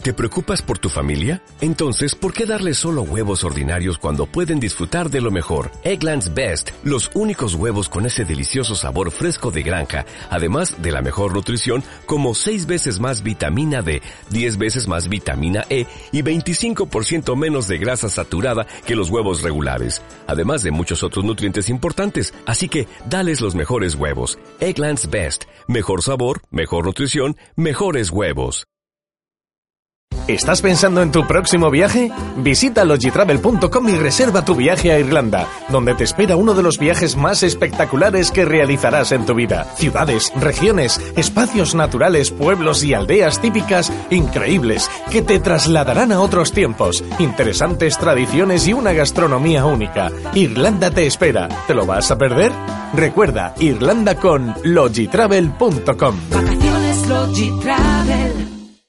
¿Te preocupas por tu familia? Entonces, ¿por qué darles solo huevos ordinarios cuando pueden disfrutar de lo mejor? Eggland's Best, los únicos huevos con ese delicioso sabor fresco de granja, además de la mejor nutrición, como 6 veces más vitamina D, 10 veces más vitamina E y 25% menos de grasa saturada que los huevos regulares, además de muchos otros nutrientes importantes. Así que, dales los mejores huevos. Eggland's Best, mejor sabor, mejor nutrición, mejores huevos. ¿Estás pensando en tu próximo viaje? Visita logitravel.com y reserva tu viaje a Irlanda, donde te espera uno de los viajes más espectaculares que realizarás en tu vida. Ciudades, regiones, espacios naturales, pueblos y aldeas típicas increíbles que te trasladarán a otros tiempos, interesantes tradiciones y una gastronomía única. Irlanda te espera. ¿Te lo vas a perder? Recuerda, Irlanda con logitravel.com. Vacaciones Logitravel.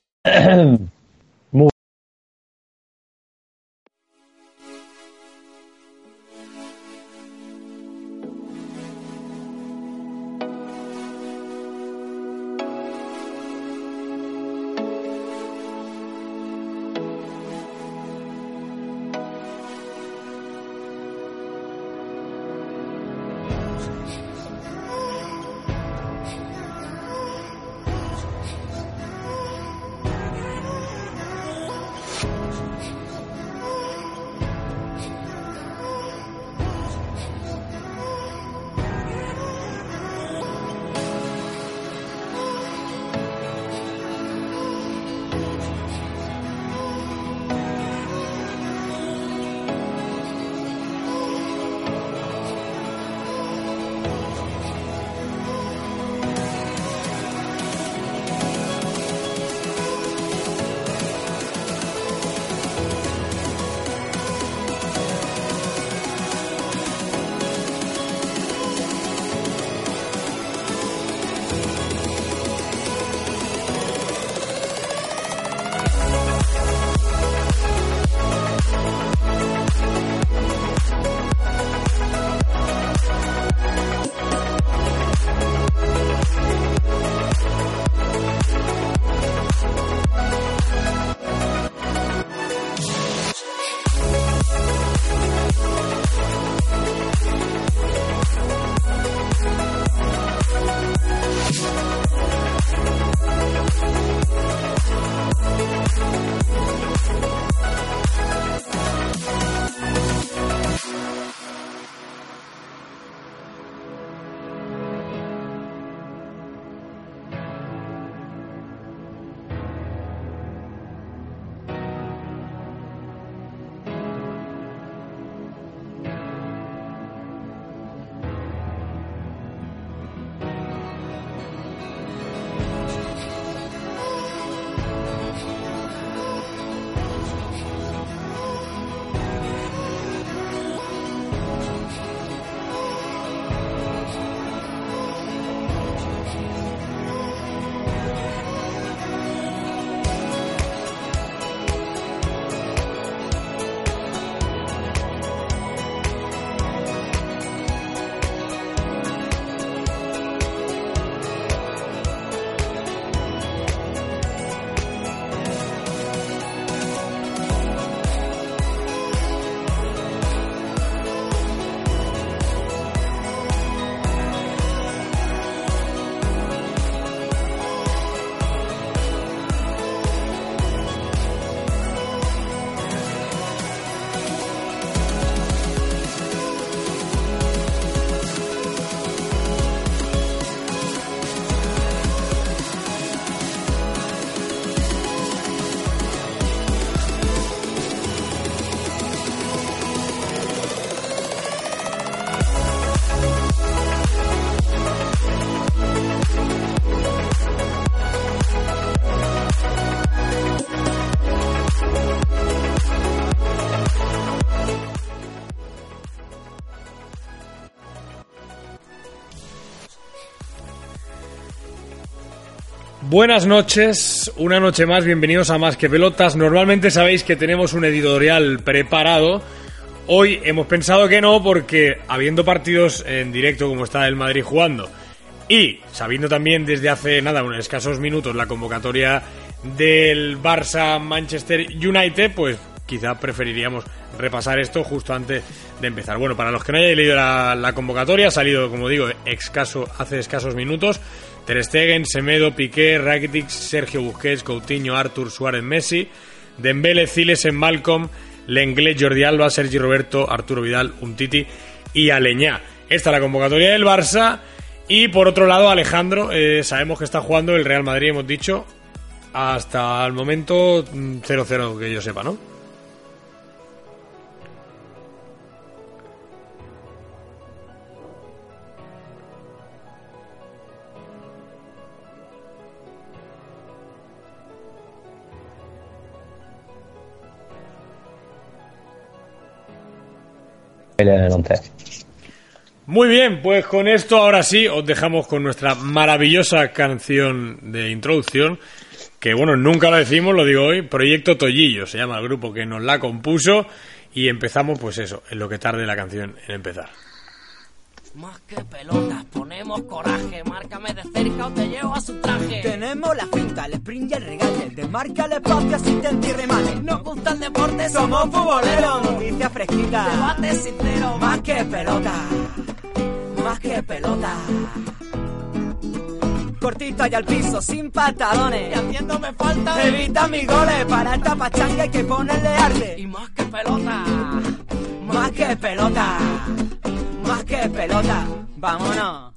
Buenas noches, una noche más, bienvenidos a Más que Pelotas. Normalmente sabéis que tenemos un editorial preparado. Hoy hemos pensado que no, porque habiendo partidos en directo como está el Madrid jugando y sabiendo también desde hace unos escasos minutos la convocatoria del Barça-Manchester United, pues quizá preferiríamos repasar esto justo antes de empezar. Bueno, para los que no hayáis leído la convocatoria, ha salido, como digo, hace escasos minutos: Ter Stegen, Semedo, Piqué, Rakitic, Sergio Busquets, Coutinho, Arthur, Suárez, Messi, Dembélé, Zilesen, Malcolm, Lenglet, Jordi Alba, Sergi Roberto, Arturo Vidal, Umtiti y Aleñá. Esta es la convocatoria del Barça. Y por otro lado, Alejandro, sabemos que está jugando el Real Madrid, hemos dicho, hasta el momento 0-0, que yo sepa, ¿no? Muy bien, pues con esto ahora sí os dejamos con nuestra maravillosa canción de introducción, que bueno, nunca lo decimos, lo digo hoy: Proyecto Tollillo se llama el grupo que nos la compuso, y empezamos pues eso, en lo que tarde la canción en empezar. Más que pelotas, ponemos coraje. Márcame de cerca o te llevo a su traje. Tenemos la finta, el sprint y el regate. Desmarca el espacio, asistente y remate. Nos gusta el deporte, somos futboleros. Noticias fresquitas, debate sincero. Más que pelota, más que pelota. Cortito y al piso, sin pantalones. Y haciéndome falta, evita mis goles. Para esta pachanga hay que ponerle arte. Y más que pelota, más que pelota, más que pelota. Vámonos.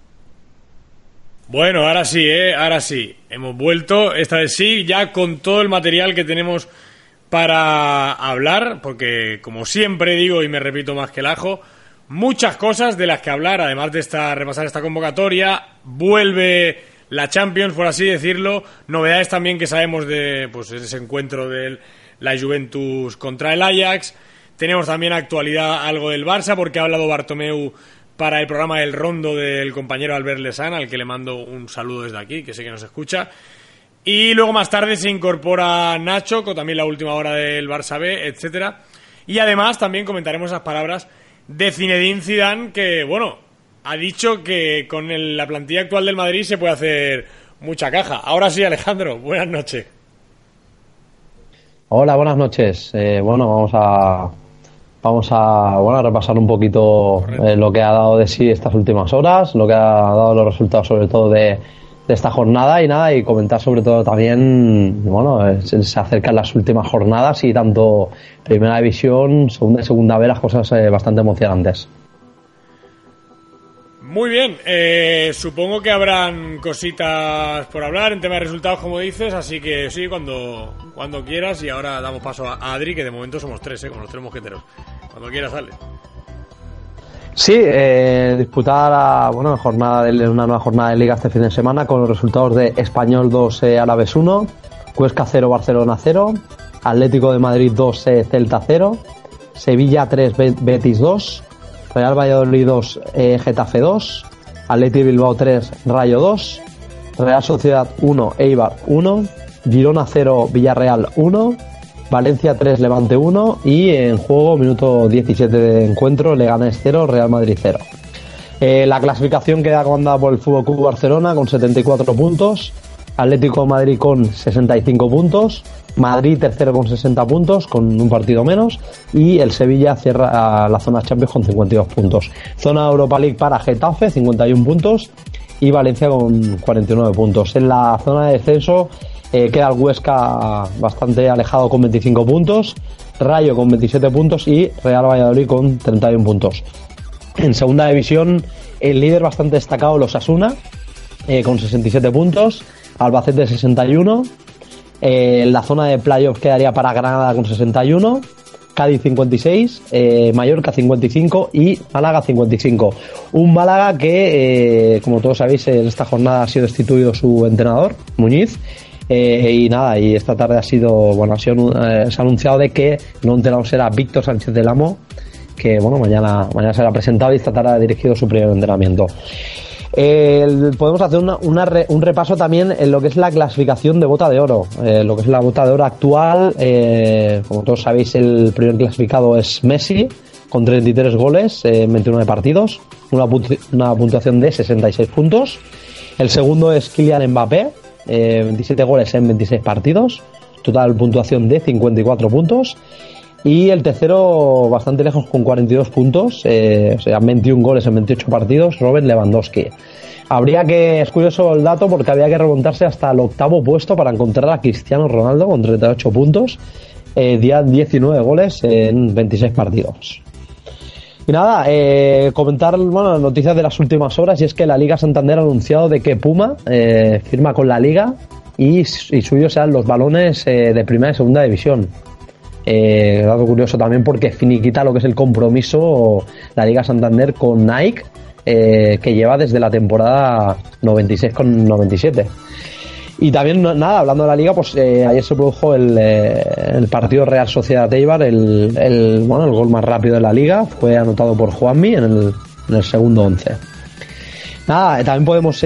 Bueno, ahora sí, ahora sí. Hemos vuelto, esta vez sí, ya con todo el material que tenemos para hablar, porque como siempre digo y me repito más que el ajo, muchas cosas de las que hablar, además de repasar esta convocatoria. Vuelve la Champions, por así decirlo. Novedades también que sabemos de pues ese encuentro de la Juventus contra el Ajax. Tenemos también actualidad algo del Barça, porque ha hablado Bartomeu para el programa El Rondo del compañero Albert Lesán, al que le mando un saludo desde aquí, que sé que nos escucha. Y luego más tarde se incorpora Nacho, con también la última hora del Barça B, etcétera. Y además también comentaremos esas palabras de Zinedine Zidane, que bueno, ha dicho que con la plantilla actual del Madrid se puede hacer mucha caja. Ahora sí, Alejandro, buenas noches. Hola, buenas noches. Bueno, vamos a repasar un poquito lo que ha dado de sí estas últimas horas, lo que ha dado los resultados sobre todo de esta jornada y comentar sobre todo también, bueno, se acercan las últimas jornadas y tanto Primera División, Segunda y Segunda B, las cosas bastante emocionantes. Muy bien, supongo que habrán cositas por hablar en tema de resultados, como dices, así que sí, cuando quieras. Y ahora damos paso a Adri, que de momento somos tres, como los tres mosqueteros. Cuando quieras, dale. Sí, disputada una nueva jornada de Liga este fin de semana con los resultados de Español 2, Alavés 1, Huesca 0, Barcelona 0, Atlético de Madrid 2, Celta 0, Sevilla 3, Betis 2, Real Valladolid 2, Getafe 2, Athletic Bilbao 3, Rayo 2, Real Sociedad 1, Eibar 1, Girona 0, Villarreal 1, Valencia 3, Levante 1 y en juego minuto 17 de encuentro, Leganés 0, Real Madrid 0. La clasificación queda comandada por el FC Barcelona con 74 puntos, Atlético de Madrid con 65 puntos, Madrid tercero con 60 puntos, con un partido menos, y el Sevilla cierra la zona Champions con 52 puntos. Zona Europa League para Getafe, 51 puntos, y Valencia con 49 puntos. En la zona de descenso queda el Huesca bastante alejado con 25 puntos, Rayo con 27 puntos y Real Valladolid con 31 puntos. En segunda división, el líder bastante destacado, los Osasuna, con 67 puntos, Albacete 61, en la zona de playoff quedaría para Granada con 61, Cádiz 56, Mallorca 55 y Málaga 55. Un Málaga que, como todos sabéis, en esta jornada ha sido destituido su entrenador, Muñiz. Y esta tarde se ha anunciado de que el nuevo entrenador será Víctor Sánchez del Amo, que mañana será presentado y esta tarde ha dirigido su primer entrenamiento. Podemos hacer un repaso también en lo que es la clasificación de Bota de Oro, lo que es la Bota de Oro actual. Como todos sabéis, el primer clasificado es Messi con 33 goles en 29 partidos, una puntuación de 66 puntos. El segundo es Kylian Mbappé 27 goles en 26 partidos, total puntuación de 54 puntos. Y el tercero bastante lejos con 42 puntos, o sea, 21 goles en 28 partidos, Robert Lewandowski. Es curioso el dato porque había que remontarse hasta el 8º puesto para encontrar a Cristiano Ronaldo con 38 puntos, 19 goles en 26 partidos. Y nada, comentar noticias de las últimas horas, y es que la Liga Santander ha anunciado de que Puma firma con la Liga y suyos serán los balones de primera y segunda división. Dato curioso también porque finiquita lo que es el compromiso la Liga Santander con Nike, que lleva desde la temporada 96 con 97. Y también, nada, hablando de la Liga, pues ayer se produjo el partido Real Sociedad Eibar, el gol más rápido de la Liga, fue anotado por Juanmi en el segundo 11. Nada, también podemos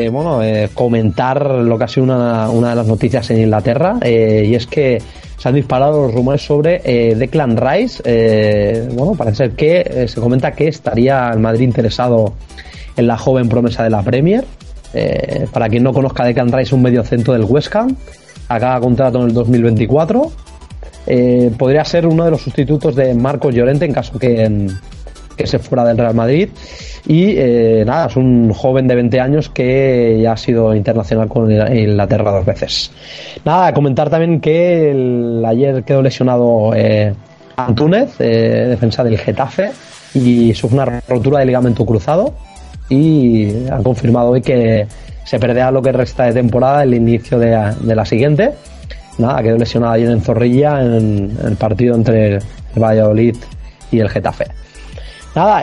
comentar lo que ha sido una de las noticias en Inglaterra, y es que se han disparado los rumores sobre Declan Rice. Parece ser que se comenta que estaría el Madrid interesado en la joven promesa de la Premier. Para quien no conozca, Declan Rice es un mediocentro del West Ham, acaba contrato en el 2024. Podría ser uno de los sustitutos de Marcos Llorente en caso que se fuera del Real Madrid. Y es un joven de 20 años que ya ha sido internacional con Inglaterra 2 veces. Nada, comentar también que ayer quedó lesionado Antúnez, defensa del Getafe, y sufre una rotura de ligamento cruzado, y han confirmado hoy que se perderá lo que resta de temporada, el inicio de la siguiente. Nada, quedó lesionado ayer en Zorrilla en el partido entre el Valladolid y el Getafe. Nada,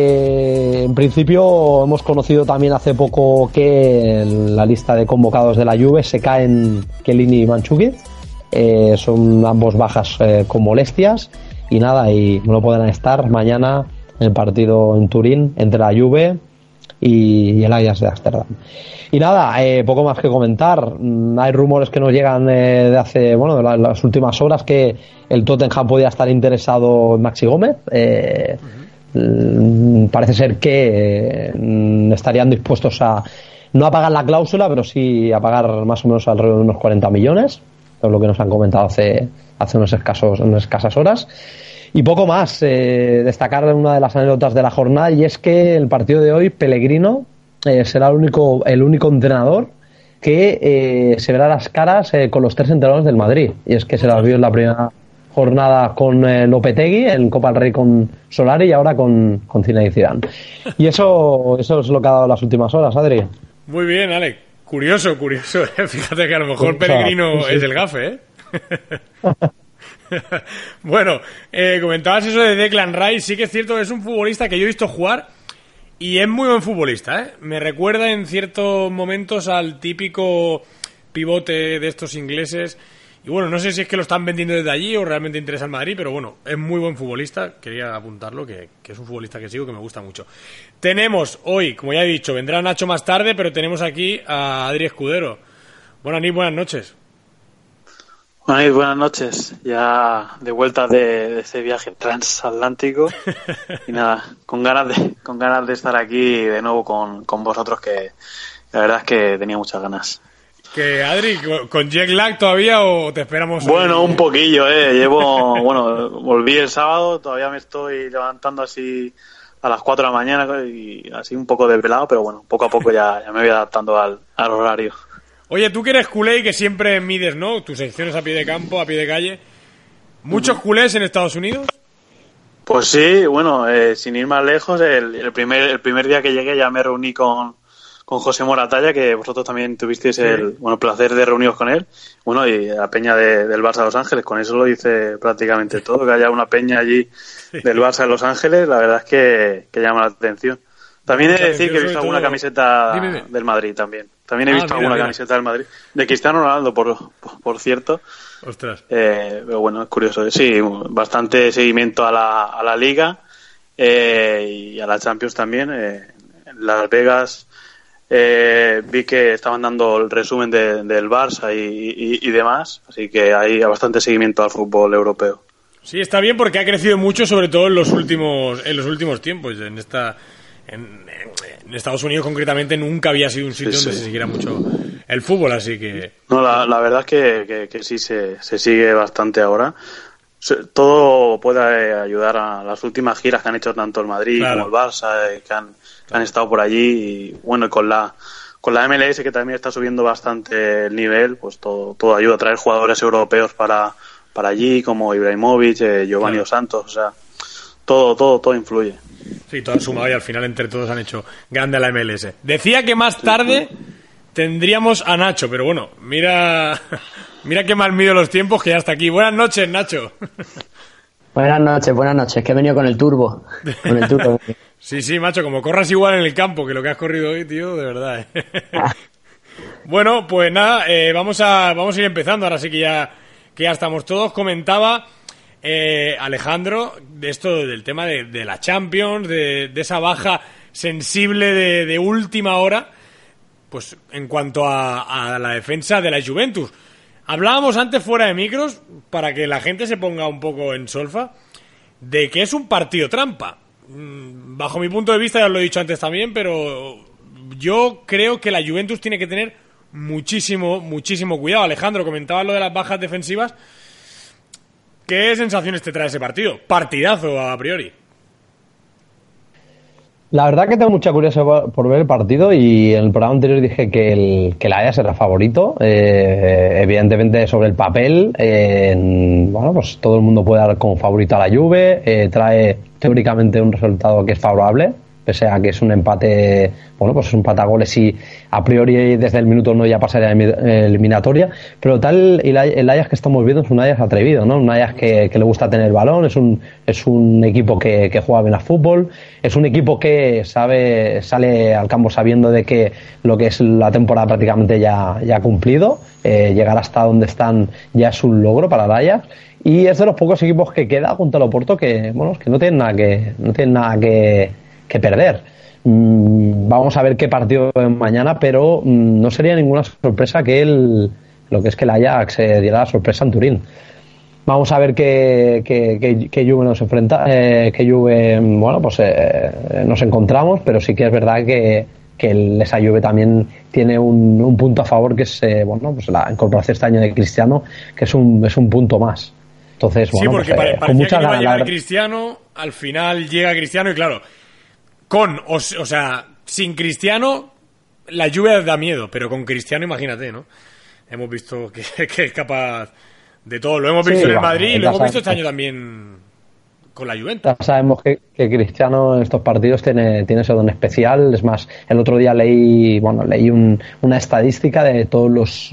en principio hemos conocido también hace poco que en la lista de convocados de la Juve se caen Chiellini y Mandzukic. Son ambos bajas con molestias y nada, y no podrán estar mañana en el partido en Turín entre la Juve y el Ajax de Ámsterdam. Y nada, poco más que comentar. Hay rumores que nos llegan de las últimas horas que el Tottenham podía estar interesado en Maxi Gómez. Parece ser que estarían dispuestos no a pagar la cláusula, pero sí a pagar más o menos alrededor de unos 40 millones, es lo que nos han comentado hace unas escasas horas. Y poco más, destacar una de las anécdotas de la jornada, y es que el partido de hoy Pellegrino será el único entrenador que se verá las caras con los 3 entrenadores del Madrid, y es que se las vio en la primera jornada con Lopetegui, en Copa del Rey con Solari y ahora con Zinedine Zidane. Y eso es lo que ha dado las últimas horas, Adri. Muy bien, Alex. Curioso. Fíjate que a lo mejor Pellegrino sí. Es el gafe, ¿eh? Bueno, comentabas eso de Declan Rice. Sí que es cierto que es un futbolista que yo he visto jugar y es muy buen futbolista, ¿eh? Me recuerda en ciertos momentos al típico pivote de estos ingleses. Y bueno, no sé si es que lo están vendiendo desde allí o realmente interesa al Madrid, pero bueno, es muy buen futbolista. Quería apuntarlo, que es un futbolista que sigo, que me gusta mucho. Tenemos hoy, como ya he dicho, vendrá Nacho más tarde, pero tenemos aquí a Adri Escudero. Buenas noches. Buenas noches. Ya de vuelta de ese viaje transatlántico. Y nada, con ganas de estar aquí de nuevo con vosotros, que la verdad es que tenía muchas ganas. Que Adri, ¿con jet lag todavía o te esperamos? Bueno, un poquillo, volví el sábado, todavía me estoy levantando así a las 4 de la mañana y así un poco desvelado, pero bueno, poco a poco ya me voy adaptando al horario. Oye, tú que eres culé y que siempre mides, ¿no?, tus secciones a pie de campo, a pie de calle. ¿Muchos culés en Estados Unidos? Pues sí, bueno, sin ir más lejos, el primer día que llegué ya me reuní con José Moratalla, que vosotros también tuvisteis el placer de reuniros con él. Bueno, y la peña del Barça de Los Ángeles, con eso lo hice prácticamente todo, que haya una peña allí del Barça de Los Ángeles, la verdad es que llama la atención. También he de decir que he visto alguna camiseta del Madrid también. También he visto alguna camiseta del Madrid. De Cristiano Ronaldo, por cierto. Ostras. Pero bueno, es curioso. Sí, bastante seguimiento a la Liga y a la Champions también. En Las Vegas vi que estaban dando el resumen del Barça y demás. Así que hay bastante seguimiento al fútbol europeo. Sí, está bien porque ha crecido mucho, sobre todo en los últimos tiempos. En Estados Unidos concretamente nunca había sido un sitio donde se siguiera mucho el fútbol, así que... No, la verdad es que sí se sigue bastante ahora. Todo puede ayudar a las últimas giras que han hecho tanto el Madrid como el Barça, que han estado por allí, y bueno, y con la MLS, que también está subiendo bastante el nivel, pues todo ayuda a traer jugadores europeos para allí, como Ibrahimovic, Giovanni Dos Santos, o sea, todo influye. Sí, todo sumado, y al final entre todos han hecho grande a la MLS. Decía que más tarde tendríamos a Nacho, pero bueno, mira que mal mido los tiempos, que ya está aquí. Buenas noches, Nacho. Buenas noches, que he venido con el turbo. Sí, macho, como corras igual en el campo que lo que has corrido hoy, tío, de verdad. Bueno, pues nada, vamos a ir empezando, ahora sí que ya estamos todos. Comentaba Alejandro de esto, del tema de la Champions, de esa baja sensible de última hora, pues en cuanto a la defensa de la Juventus. Hablábamos antes fuera de micros, para que la gente se ponga un poco en solfa, de que es un partido trampa. Bajo mi punto de vista, ya os lo he dicho antes también, pero yo creo que la Juventus tiene que tener muchísimo cuidado. Alejandro, comentaba lo de las bajas defensivas. ¿Qué sensaciones te trae ese partido? Partidazo a priori. La verdad que tengo mucha curiosidad por ver el partido, y en el programa anterior dije que el Ajax era favorito, evidentemente sobre el papel, bueno, pues todo el mundo puede dar como favorito a la Juve, trae teóricamente un resultado que es favorable, pese a que es un empate, bueno, pues es un empate a goles y a priori desde el minuto 1 ya pasaría eliminatoria, pero tal, el Ajax que estamos viendo es un Ajax atrevido, ¿no? Un Ajax que le gusta tener el balón, es un equipo que juega bien al fútbol, es un equipo que sale al campo sabiendo de que lo que es la temporada prácticamente ya ha cumplido, llegar hasta donde están ya es un logro para el Ajax, y es de los pocos equipos que queda junto al Oporto que no tienen nada que perder. Vamos a ver qué partido mañana, pero no sería ninguna sorpresa que el Ajax diera la sorpresa en Turín. Vamos a ver qué Juve nos enfrenta, qué Juve, bueno, pues nos encontramos, pero sí que es verdad que esa Juve también tiene un punto a favor, que es bueno, pues la incorporación este año de Cristiano, que es un punto más. Entonces, bueno, sí, porque pues, parecía que no iba a llegar Cristiano, al final llega Cristiano, y claro, sin Cristiano la Juve da miedo, pero con Cristiano imagínate, ¿no? Hemos visto que es capaz de todo. Lo hemos visto en el Madrid y lo hemos visto este año también con la Juventus. Ya sabemos que Cristiano en estos partidos tiene ese don especial. Es más, el otro día leí una estadística de todos los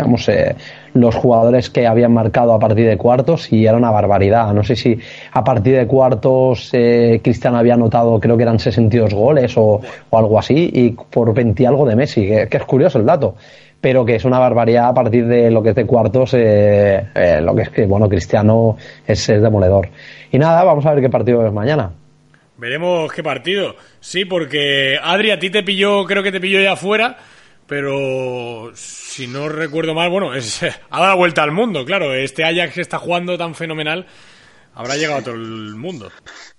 los jugadores que habían marcado a partir de cuartos, y era una barbaridad. No sé si a partir de cuartos Cristiano había anotado, creo que eran 62 goles o algo así, y por 20 y algo de Messi, que es curioso el dato, pero que es una barbaridad a partir de lo que es de cuartos, lo que es que, bueno, Cristiano es demoledor. Y nada, vamos a ver qué partido es mañana. Veremos qué partido. Sí, porque Adri, a ti creo que te pilló ya afuera, pero si no recuerdo mal, bueno, ha dado la vuelta al mundo, claro. Este Ajax que está jugando tan fenomenal, habrá llegado a todo el mundo.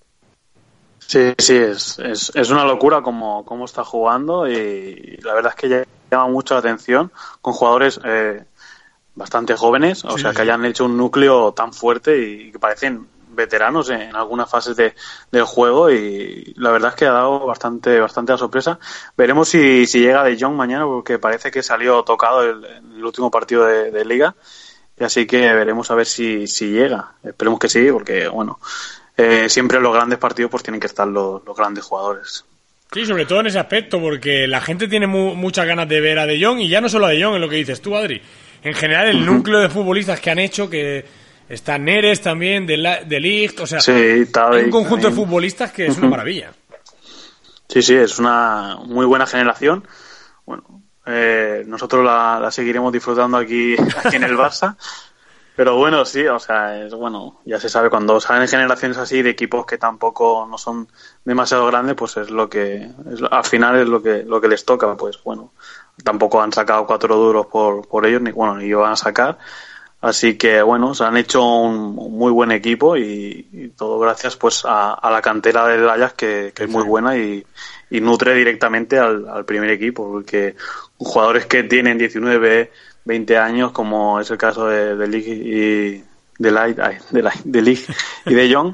Sí, es una locura cómo está jugando, y la verdad es que llama mucho la atención con jugadores bastante jóvenes, o sea, que hayan hecho un núcleo tan fuerte y que parecen veteranos en algunas fases del juego, y la verdad es que ha dado bastante la sorpresa. Veremos si llega De Jong mañana, porque parece que salió tocado en el último partido de Liga, y así que veremos a ver si llega. Esperemos que sí, porque bueno, siempre en los grandes partidos pues tienen que estar los grandes jugadores. Sí, sobre todo en ese aspecto, porque la gente tiene muchas ganas de ver a De Jong, y ya no solo a De Jong, en lo que dices tú, Adri. En general, el núcleo de futbolistas que han hecho, que está Neres también, de Ligt, o sea, sí, hay un conjunto de futbolistas que es una maravilla. Sí, es una muy buena generación. Bueno, nosotros la seguiremos disfrutando aquí en el Barça. Pero bueno, sí, o sea, ya se sabe, cuando salen generaciones así de equipos que tampoco no son demasiado grandes, pues es al final es lo que les toca. Pues bueno, tampoco han sacado 4 duros por ellos, ni van a sacar. Así que bueno, se han hecho un muy buen equipo y todo gracias pues a la cantera del Ajax que es muy buena y nutre directamente al primer equipo, porque jugadores que tienen 19, 20 años, como es el caso de Ligt y de Ligt y de Jong,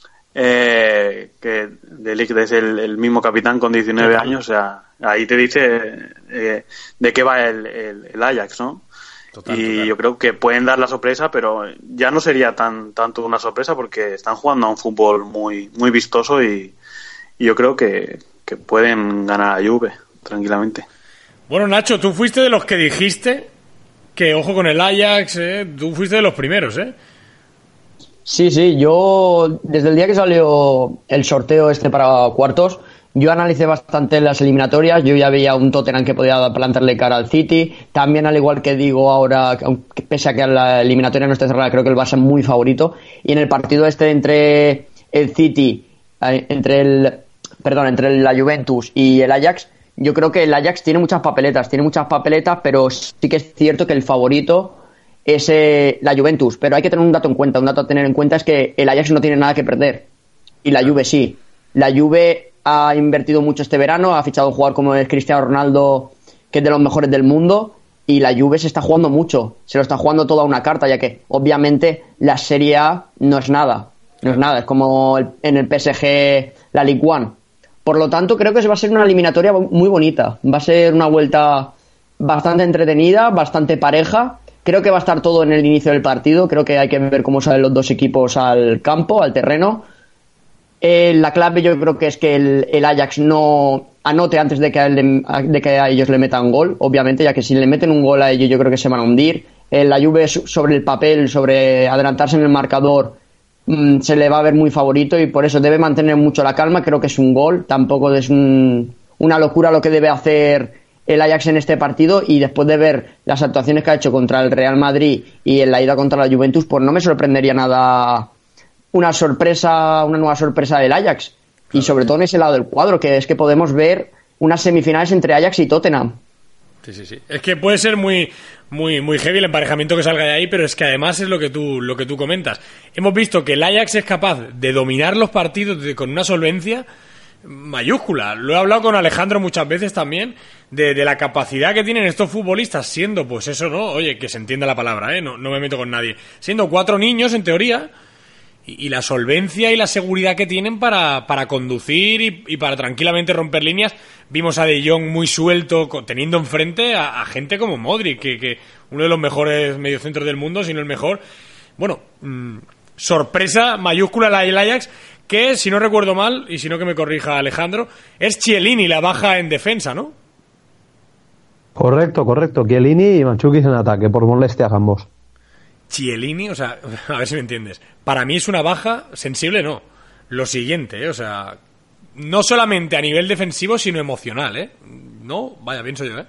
que de Ligt es el mismo capitán con 19 años, o sea, ahí te dice de qué va el Ajax, ¿no? Total. Yo creo que pueden dar la sorpresa, pero ya no sería tanto una sorpresa porque están jugando a un fútbol muy muy vistoso y yo creo que pueden ganar a Juve tranquilamente. Bueno, Nacho, tú fuiste de los que dijiste que ojo con el Ajax, tú fuiste de los primeros, ¿eh? Sí, yo desde el día que salió el sorteo para cuartos, yo analicé bastante las eliminatorias, yo ya veía un Tottenham que podía plantarle cara al City, también al igual que digo ahora, pese a que la eliminatoria no esté cerrada, creo que el Barça es muy favorito, y en el partido entre el City, entre la Juventus y el Ajax, yo creo que el Ajax tiene muchas papeletas, pero sí que es cierto que el favorito es la Juventus, pero hay que tener un dato a tener en cuenta es que el Ajax no tiene nada que perder y la Juve sí. La Juve ha invertido mucho este verano, ha fichado a un jugador como el Cristiano Ronaldo, que es de los mejores del mundo, y la Juve se está jugando mucho, se lo está jugando toda una carta, ya que obviamente la Serie A no es nada, es como en el PSG la Ligue 1. Por lo tanto, creo que va a ser una eliminatoria muy bonita, va a ser una vuelta bastante entretenida, bastante pareja. Creo que va a estar todo en el inicio del partido. Creo que hay que ver cómo salen los dos equipos al campo, al terreno. La clave yo creo que es que el Ajax no anote antes de que a ellos le metan gol, obviamente, ya que si le meten un gol a ellos yo creo que se van a hundir. La Juve sobre el papel, sobre adelantarse en el marcador, se le va a ver muy favorito y por eso debe mantener mucho la calma. Creo que es un gol, tampoco es una locura lo que debe hacer el Ajax en este partido, y después de ver las actuaciones que ha hecho contra el Real Madrid y en la ida contra la Juventus, pues no me sorprendería nada una nueva sorpresa del Ajax. Claro. Y sobre todo en ese lado del cuadro, que es que podemos ver unas semifinales entre Ajax y Tottenham. Sí. Es que puede ser muy heavy el emparejamiento que salga de ahí, pero es que además es lo que tú comentas. Hemos visto que el Ajax es capaz de dominar los partidos con una solvencia mayúscula. Lo he hablado con Alejandro muchas veces también de la capacidad que tienen estos futbolistas, siendo pues eso, ¿no? Oye, que se entienda la palabra, no me meto con nadie, siendo 4 niños en teoría, y la solvencia y la seguridad que tienen para conducir y para tranquilamente romper líneas. Vimos a De Jong muy suelto teniendo enfrente a gente como Modric, que uno de los mejores mediocentros del mundo, si no el mejor. Bueno, sorpresa mayúscula la del Ajax, que si no recuerdo mal, y si no que me corrija Alejandro, es Chiellini la baja en defensa, ¿no? Correcto. Chiellini y Mandzukic en ataque, por molestias ambos. Chiellini, o sea, a ver si me entiendes. Para mí es una baja sensible, no. Lo siguiente, o sea, no solamente a nivel defensivo, sino emocional, No, vaya, pienso yo,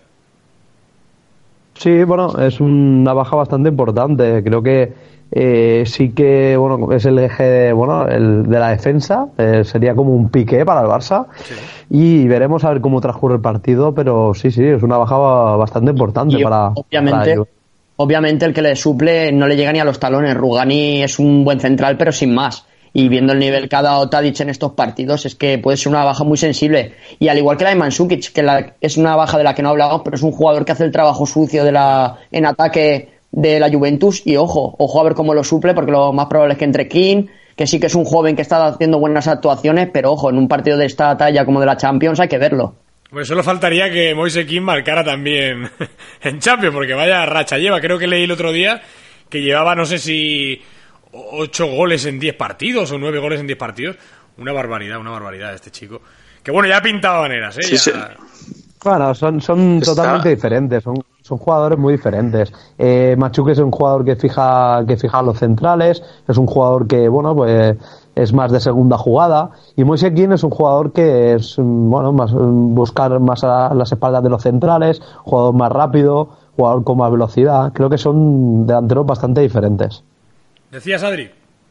Sí, bueno, es una baja bastante importante. Creo que sí que, bueno, es el eje el de la defensa. Sería como un Piqué para el Barça. Sí. Y veremos a ver cómo transcurre el partido, pero sí, es una baja bastante importante para Obviamente el que le suple no le llega ni a los talones. Rugani es un buen central, pero sin más. Y viendo el nivel que ha dado Tadic en estos partidos, es que puede ser una baja muy sensible. Y al igual que la de Mandzukic, que es una baja de la que no hablamos, pero es un jugador que hace el trabajo sucio en ataque de la Juventus. Y ojo a ver cómo lo suple, porque lo más probable es que entre King, que sí que es un joven que está haciendo buenas actuaciones, pero ojo, en un partido de esta talla como de la Champions hay que verlo. Pues solo faltaría que Moise Kean marcara también en Champions, porque vaya racha lleva. Creo que leí el otro día que llevaba, no sé si 8 goles en 10 partidos o 9 goles en 10 partidos. Una barbaridad este chico. Que bueno, ya ha pintado maneras, Sí. Bueno, son totalmente diferentes, son jugadores muy diferentes. Mandzukic es un jugador que fija a los centrales, es un jugador que, bueno, pues es más de segunda jugada, y Moise Kean es un jugador que es, bueno, más buscar más a las espaldas de los centrales, jugador más rápido, jugador con más velocidad. Creo que son delanteros bastante diferentes. ¿Decías, Adri?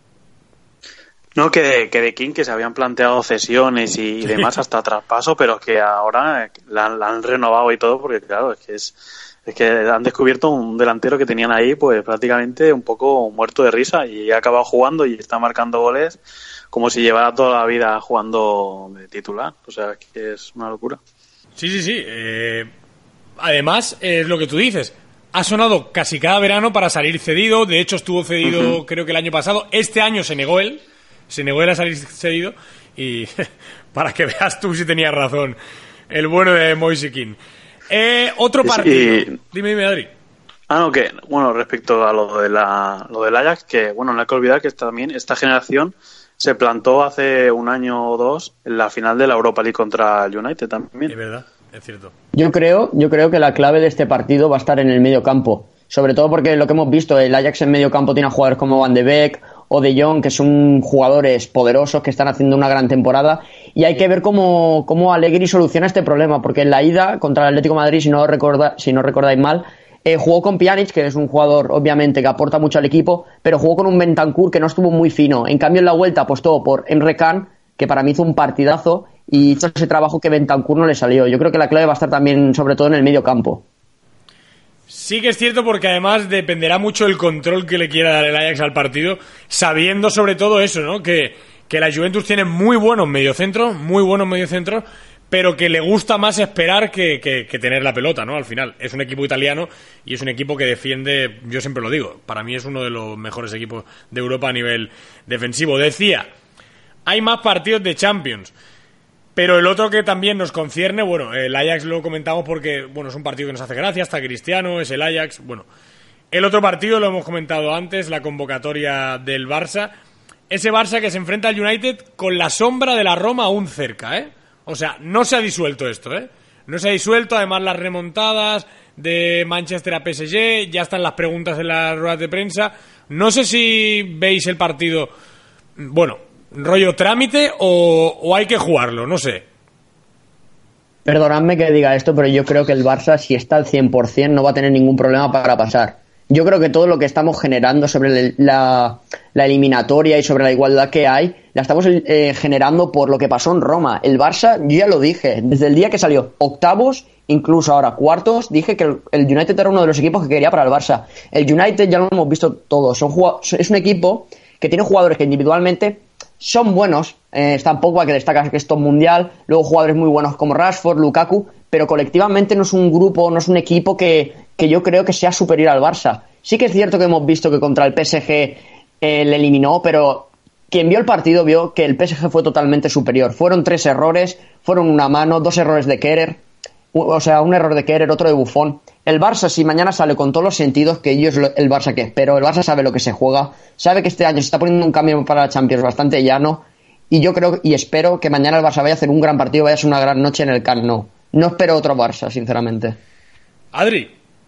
No, que de King, que se habían planteado cesiones y demás hasta traspaso, pero que ahora la han renovado y todo, porque claro, es que es Es que han descubierto un delantero que tenían ahí pues prácticamente un poco muerto de risa y ha acabado jugando y está marcando goles como si llevara toda la vida jugando de titular. O sea, que es una locura. Sí. Además, es lo que tú dices. Ha sonado casi cada verano para salir cedido. De hecho, estuvo cedido creo que el año pasado. Este año se negó él a salir cedido. Y para que veas tú si tenías razón el bueno de Moise Kean. Otro partido. Dime, Adri. Respecto a lo del Ajax, que bueno, no hay que olvidar que también esta generación se plantó hace un año o dos en la final de la Europa League contra el United también. Es verdad, es cierto. Yo creo que la clave de este partido va a estar en el medio campo. Sobre todo porque lo que hemos visto, el Ajax en medio campo tiene a jugadores como Van de Beek o De Jong, que son jugadores poderosos que están haciendo una gran temporada, y hay que ver cómo Allegri soluciona este problema, porque en la ida contra el Atlético de Madrid, si no recordáis mal, jugó con Pjanic, que es un jugador obviamente que aporta mucho al equipo, pero jugó con un Bentancur que no estuvo muy fino. En cambio en la vuelta apostó por Emre Can, que para mí hizo un partidazo y hizo ese trabajo que Bentancur no le salió. Yo creo que la clave va a estar también sobre todo en el medio campo. Sí que es cierto, porque además dependerá mucho el control que le quiera dar el Ajax al partido, sabiendo sobre todo eso, ¿no? Que la Juventus tiene muy buenos mediocentros, pero que le gusta más esperar que tener la pelota, ¿no? Al final, es un equipo italiano y es un equipo que defiende, yo siempre lo digo, para mí es uno de los mejores equipos de Europa a nivel defensivo. Decía, hay más partidos de Champions, pero el otro que también nos concierne, bueno, el Ajax lo comentamos porque, bueno, es un partido que nos hace gracia, está Cristiano, es el Ajax, bueno. El otro partido lo hemos comentado antes, la convocatoria del Barça, ese Barça que se enfrenta al United con la sombra de la Roma aún cerca, ¿eh? O sea, no se ha disuelto esto, ¿eh? No se ha disuelto, además las remontadas de Manchester a PSG, ya están las preguntas en las ruedas de prensa. No sé si veis el partido, bueno, rollo trámite o hay que jugarlo, no sé. Perdonadme que diga esto, pero yo creo que el Barça, si está al 100%, no va a tener ningún problema para pasar. Yo creo que todo lo que estamos generando sobre la eliminatoria y sobre la igualdad que hay, la estamos generando por lo que pasó en Roma. El Barça, yo ya lo dije, desde el día que salió octavos, incluso ahora cuartos, dije que el United era uno de los equipos que quería para el Barça. El United ya lo hemos visto todos. Es un equipo que tiene jugadores que individualmente son buenos. Está Pogba, que destaca que es top mundial. Luego jugadores muy buenos como Rashford, Lukaku. Pero colectivamente no es un grupo, no es un equipo que yo creo que sea superior al Barça. Sí que es cierto que hemos visto que contra el PSG le eliminó, pero quien vio el partido vio que el PSG fue totalmente superior. Fueron 3 errores, fueron una mano, 2 errores de Kehrer, o sea, un error de Kehrer, otro de Buffon. El Barça, si mañana sale con todos los sentidos, que yo es el Barça que espero, el Barça sabe lo que se juega, sabe que este año se está poniendo un cambio para la Champions bastante llano, y yo creo y espero que mañana el Barça vaya a hacer un gran partido, vaya a ser una gran noche en el Camp Nou. No espero otro Barça, sinceramente. Adri.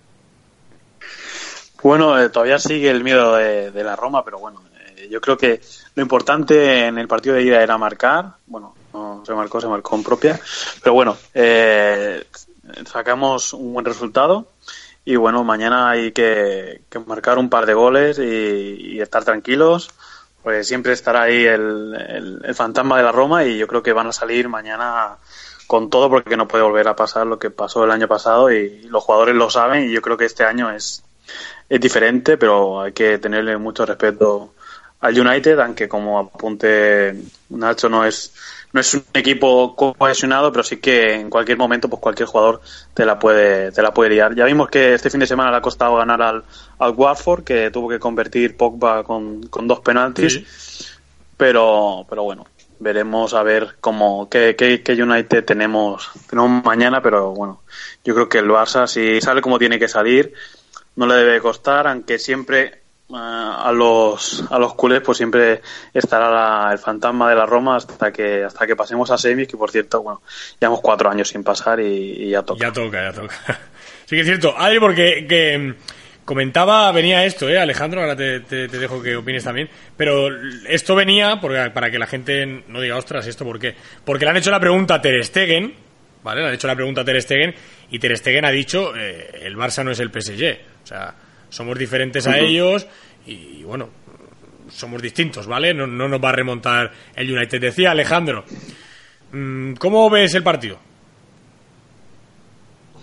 Bueno, todavía sigue el miedo de la Roma, pero bueno, yo creo que lo importante en el partido de ida era marcar. Bueno, no se marcó en propia, pero bueno, sacamos un buen resultado y bueno, mañana hay que marcar un par de goles y estar tranquilos, pues siempre estará ahí el fantasma de la Roma y yo creo que van a salir mañana con todo, porque no puede volver a pasar lo que pasó el año pasado y los jugadores lo saben, y yo creo que este año es diferente, pero hay que tenerle mucho respeto al United, aunque como apunte Nacho no es un equipo cohesionado, pero sí que en cualquier momento pues cualquier jugador te la puede liar. Ya vimos que este fin de semana le ha costado ganar al Watford, que tuvo que convertir Pogba con 2 penaltis, sí. Pero bueno, veremos a ver qué United tenemos mañana, pero bueno, yo creo que el Barça, si sale como tiene que salir, no le debe costar, aunque siempre a los culés pues siempre estará el fantasma de la Roma hasta que pasemos a semis, que por cierto, bueno, llevamos 4 años sin pasar y ya toca. Ya toca. Sí que es cierto, Adri, porque que comentaba, venía esto, Alejandro, ahora te dejo que opines también, pero esto venía para que la gente no diga, ostras, ¿esto por qué? Porque le han hecho la pregunta a Ter Stegen, ¿vale? Le han hecho la pregunta a Ter Stegen y Ter Stegen ha dicho, el Barça no es el PSG, o sea, somos diferentes a ellos y bueno, somos distintos, ¿vale? No nos va a remontar el United. Decía Alejandro, ¿cómo ves el partido?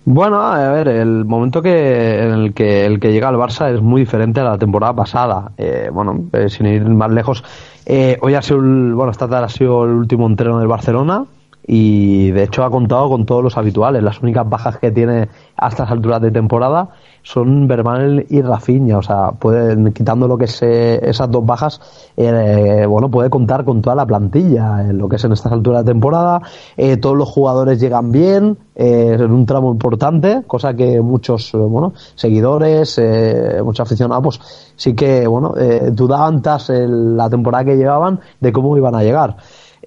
Bueno, a ver, el momento en el que llega el Barça es muy diferente a la temporada pasada. Sin ir más lejos, hoy esta tarde ha sido el último entreno del Barcelona y de hecho ha contado con todos los habituales. Las únicas bajas que tiene a estas alturas de temporada son Vermaelen y Rafinha. O sea, quitando lo que es esas dos bajas, puede contar con toda la plantilla en lo que es en estas alturas de temporada. Todos los jugadores llegan bien en un tramo importante, cosa que muchos seguidores, muchos aficionados, pues sí que dudaban tras la temporada que llevaban de cómo iban a llegar.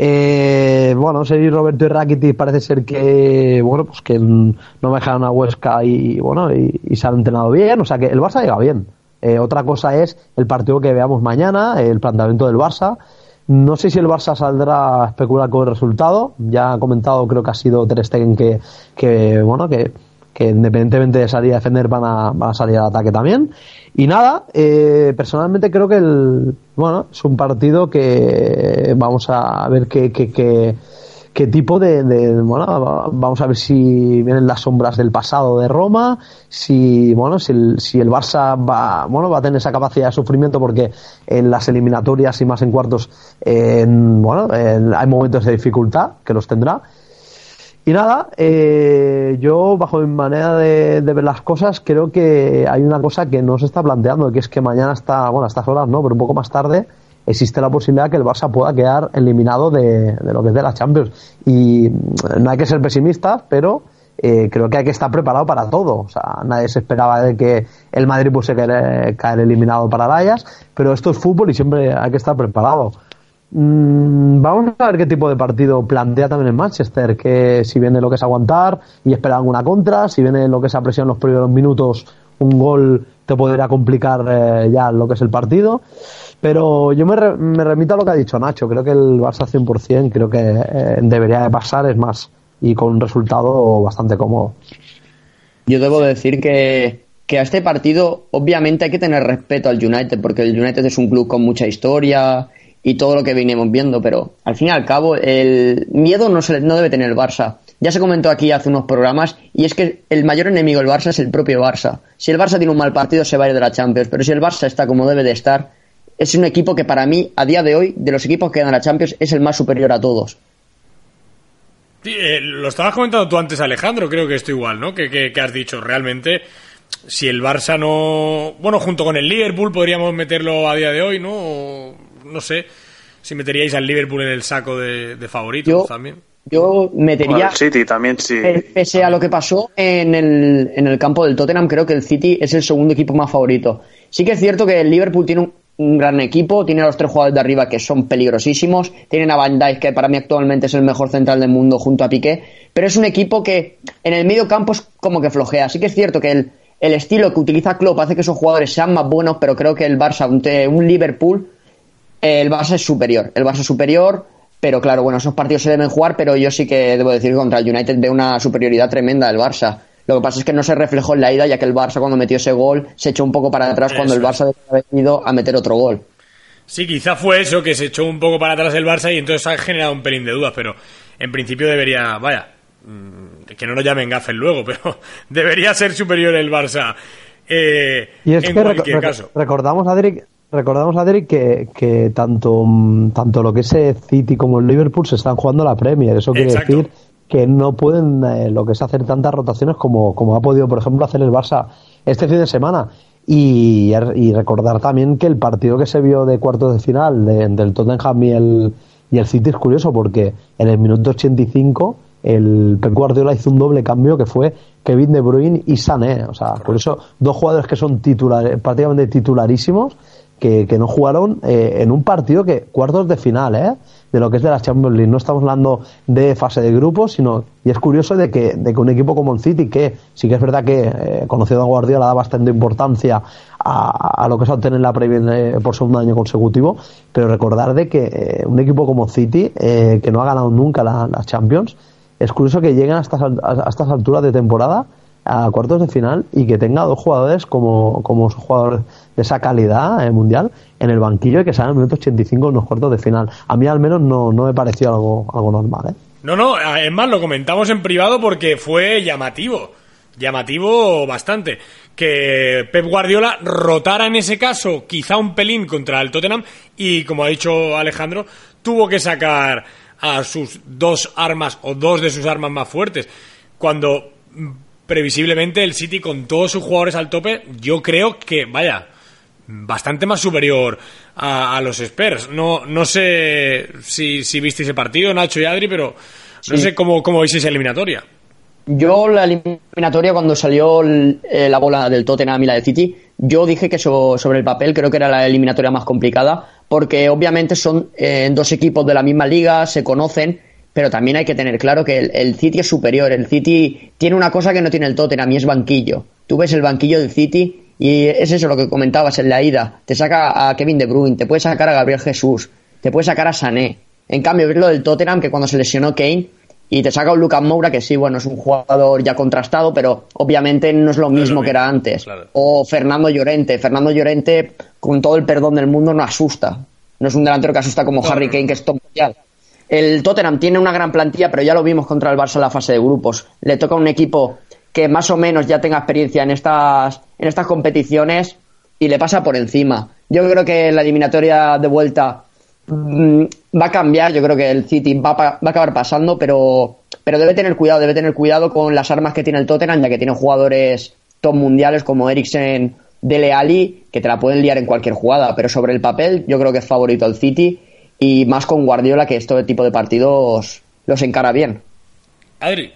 Sergi Roberto y Rakitic parece ser que que no dejaron a Huesca y se han entrenado bien, o sea que el Barça llega bien. Otra cosa es el partido que veamos mañana, el planteamiento del Barça. No sé si el Barça saldrá a especular con el resultado. Ya ha comentado, creo que ha sido Ter Stegen que independientemente de salir a defender van a salir al ataque también. Y nada, personalmente creo que es un partido que vamos a ver qué tipo vamos a ver si vienen las sombras del pasado de Roma, si el Barça va a tener esa capacidad de sufrimiento, porque en las eliminatorias y más en cuartos hay momentos de dificultad que los tendrá. Y nada, yo bajo mi manera de ver las cosas creo que hay una cosa que no se está planteando, que es que mañana a estas horas no, pero un poco más tarde existe la posibilidad que el Barça pueda quedar eliminado de lo que es de la Champions. Y no hay que ser pesimistas, pero creo que hay que estar preparado para todo. O sea, nadie se esperaba de que el Madrid pudiese caer eliminado para el Ajax, pero esto es fútbol y siempre hay que estar preparado. Vamos a ver qué tipo de partido plantea también el Manchester, que si viene lo que es aguantar y esperar alguna contra, si viene lo que es a presión en los primeros minutos, un gol te podría complicar ya lo que es el partido. Pero yo me remito a lo que ha dicho Nacho. Creo que el Barça 100% creo que debería de pasar, es más, y con un resultado bastante cómodo. Yo debo decir que a este partido obviamente hay que tener respeto al United, porque el United es un club con mucha historia y todo lo que venimos viendo, pero al fin y al cabo el miedo no debe tener el Barça. Ya se comentó aquí hace unos programas, y es que el mayor enemigo del Barça es el propio Barça. Si el Barça tiene un mal partido se va a ir de la Champions, pero si el Barça está como debe de estar, es un equipo que para mí, a día de hoy, de los equipos que ganan la Champions, es el más superior a todos. Sí, lo estabas comentando tú antes, Alejandro, creo que esto igual, ¿no? Que has dicho, realmente, si el Barça no... Bueno, junto con el Liverpool podríamos meterlo a día de hoy, ¿no? No sé si meteríais al Liverpool en el saco de favoritos también. Yo metería... El City también, sí. Pese a lo que pasó en el campo del Tottenham, creo que el City es el segundo equipo más favorito. Sí que es cierto que el Liverpool tiene un gran equipo, tiene a los tres jugadores de arriba que son peligrosísimos, tienen a Van Dijk, que para mí actualmente es el mejor central del mundo junto a Piqué, pero es un equipo que en el medio campo es como que flojea. Sí que es cierto que el estilo que utiliza Klopp hace que esos jugadores sean más buenos, pero creo que el Barça, ante un Liverpool, el Barça es superior, pero claro, bueno, esos partidos se deben jugar, pero yo sí que debo decir que contra el United veo una superioridad tremenda del Barça. Lo que pasa es que no se reflejó en la ida, ya que el Barça, cuando metió ese gol, se echó un poco para atrás cuando el Barça había venido a meter otro gol. Sí, quizá fue eso, que se echó un poco para atrás el Barça y entonces ha generado un pelín de dudas, pero en principio debería, que no nos llamen gafes luego, pero debería ser superior el Barça y es en que cualquier caso. Recordamos, Adri, que tanto lo que es City como el Liverpool se están jugando la Premier. Eso quiere decir que no pueden lo que es hacer tantas rotaciones como ha podido, por ejemplo, hacer el Barça este fin de semana. Y recordar también que el partido que se vio de cuartos de final del Tottenham y el City es curioso, porque en el minuto 85 el Pep Guardiola hizo un doble cambio, que fue Kevin De Bruyne y Sané. O sea, por eso dos jugadores que son prácticamente titularísimos, que no jugaron en un partido que cuartos de final, de lo que es de la Champions League. No estamos hablando de fase de grupos, y es curioso de que un equipo como el City, que sí que es verdad que conocido a Guardiola, da bastante importancia a lo que es obtener la Premier por segundo año consecutivo, pero recordar de que un equipo como City, que no ha ganado nunca la Champions, es curioso que lleguen a estas alturas de temporada a cuartos de final y que tenga dos jugadores como jugadores de esa calidad mundial en el banquillo y que salgan en el minuto 85 en los cuartos de final. A mí al menos no me pareció algo normal. No, es más, lo comentamos en privado porque fue llamativo. llamativo bastante. Que Pep Guardiola rotara en ese caso quizá un pelín contra el Tottenham y, como ha dicho Alejandro, tuvo que sacar a sus dos armas o dos de sus armas más fuertes, cuando previsiblemente el City, con todos sus jugadores al tope, yo creo que, vaya, bastante más superior a los Spurs. No sé si viste ese partido, Nacho y Adri, pero no sé cómo veis esa eliminatoria. Yo la eliminatoria, cuando salió la bola del Tottenham y la de City, yo dije que sobre el papel creo que era la eliminatoria más complicada, porque obviamente son dos equipos de la misma liga, se conocen, pero también hay que tener claro que el City es superior. El City tiene una cosa que no tiene el Tottenham y es banquillo. Tú ves el banquillo del City y es eso lo que comentabas en la ida. Te saca a Kevin De Bruyne, te puede sacar a Gabriel Jesús, te puede sacar a Sané. En cambio, ves lo del Tottenham, que cuando se lesionó Kane, y te saca un Lucas Moura, que sí, bueno, es un jugador ya contrastado, pero obviamente no es lo mismo que era antes. Claro. O Fernando Llorente, con todo el perdón del mundo, no asusta. No es un delantero que asusta como Harry Kane, que es top mundial. El Tottenham tiene una gran plantilla, pero ya lo vimos contra el Barça en la fase de grupos. Le toca a un equipo que más o menos ya tenga experiencia en estas competiciones y le pasa por encima. Yo creo que la eliminatoria de vuelta va a cambiar. Yo creo que el City va a acabar pasando, pero debe tener cuidado con las armas que tiene el Tottenham, ya que tiene jugadores top mundiales como Eriksen, Dele Alli, que te la pueden liar en cualquier jugada, pero sobre el papel yo creo que es favorito el City, y más con Guardiola, que este tipo de partidos los encara bien. Adri.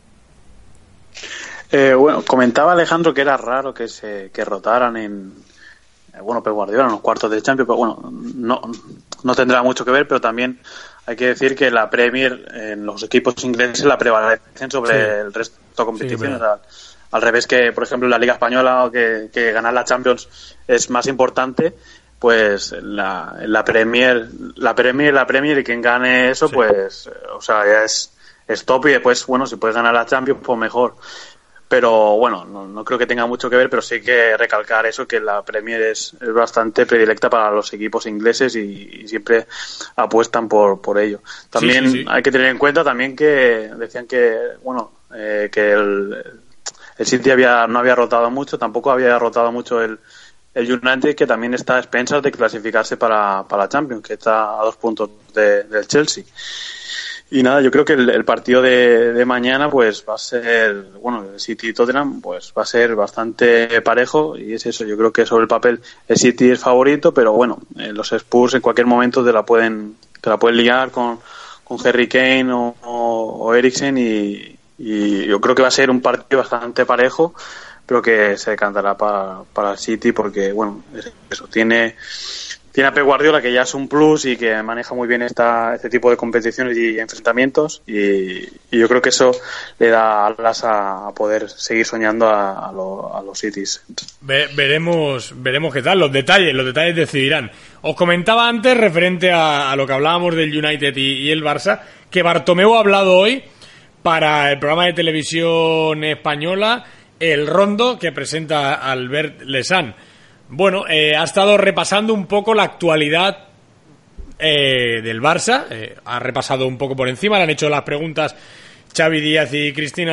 Bueno, comentaba Alejandro que era raro que rotaran en Pep Guardiola en los cuartos de Champions, pero bueno, no tendrá mucho que ver, pero también hay que decir que la Premier en los equipos ingleses la prevalecen sobre el resto de competiciones. Al revés que, por ejemplo, en la Liga Española, que ganar la Champions es más importante, pues la Premier y quien gane eso, pues, o sea, ya es top, y después, bueno, si puedes ganar la Champions, pues mejor. Pero bueno, no creo que tenga mucho que ver, pero sí que recalcar eso, que la Premier es bastante predilecta para los equipos ingleses y siempre apuestan por ello. También sí. Hay que tener en cuenta también que decían que, bueno, que el City no había rotado mucho, tampoco había rotado mucho el United, que también está a expensas de clasificarse para la Champions, que está a 2 puntos del Chelsea. Y nada, yo creo que el partido de mañana pues va a ser, bueno, el City y Tottenham pues va a ser bastante parejo, y es eso, yo creo que sobre el papel el City es favorito, pero bueno, los Spurs en cualquier momento te la pueden liar con Harry Kane o Eriksen, y yo creo que va a ser un partido bastante parejo, pero que se decantará para el City, porque bueno, eso tiene a Pep Guardiola, que ya es un plus y que maneja muy bien este tipo de competiciones y enfrentamientos, y yo creo que eso le da alas a poder seguir soñando a los Cities. Veremos qué tal, los detalles decidirán. Os comentaba antes, referente a lo que hablábamos del United y el Barça, que Bartomeu ha hablado hoy para el programa de televisión española El Rondo, que presenta Albert Lesan. Bueno, ha estado repasando un poco la actualidad del Barça, ha repasado un poco por encima, le han hecho las preguntas Xavi Díaz y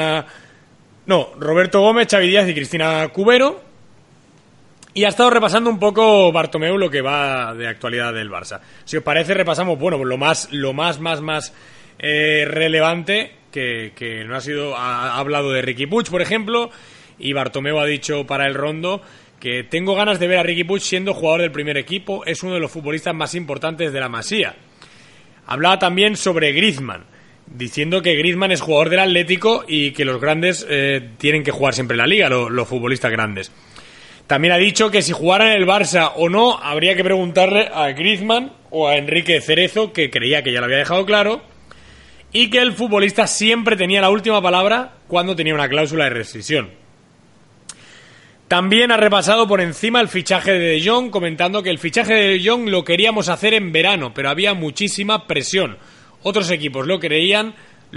Roberto Gómez, Xavi Díaz y Cristina Cubero, y ha estado repasando un poco Bartomeu lo que va de actualidad del Barça. Si os parece, repasamos, bueno, pues lo más relevante que no ha sido, ha hablado de Riqui Puig, por ejemplo, y Bartomeu ha dicho para El Rondo que tengo ganas de ver a Riqui Puig siendo jugador del primer equipo, es uno de los futbolistas más importantes de la Masía. Hablaba también sobre Griezmann, diciendo que Griezmann es jugador del Atlético y que los grandes tienen que jugar siempre en la Liga, los futbolistas grandes. También ha dicho que si jugara en el Barça o no, habría que preguntarle a Griezmann o a Enrique Cerezo, que creía que ya lo había dejado claro, y que el futbolista siempre tenía la última palabra cuando tenía una cláusula de rescisión. También ha repasado por encima el fichaje de De Jong, comentando que el fichaje de De Jong lo queríamos hacer en verano, pero había muchísima presión. Otros equipos lo querían,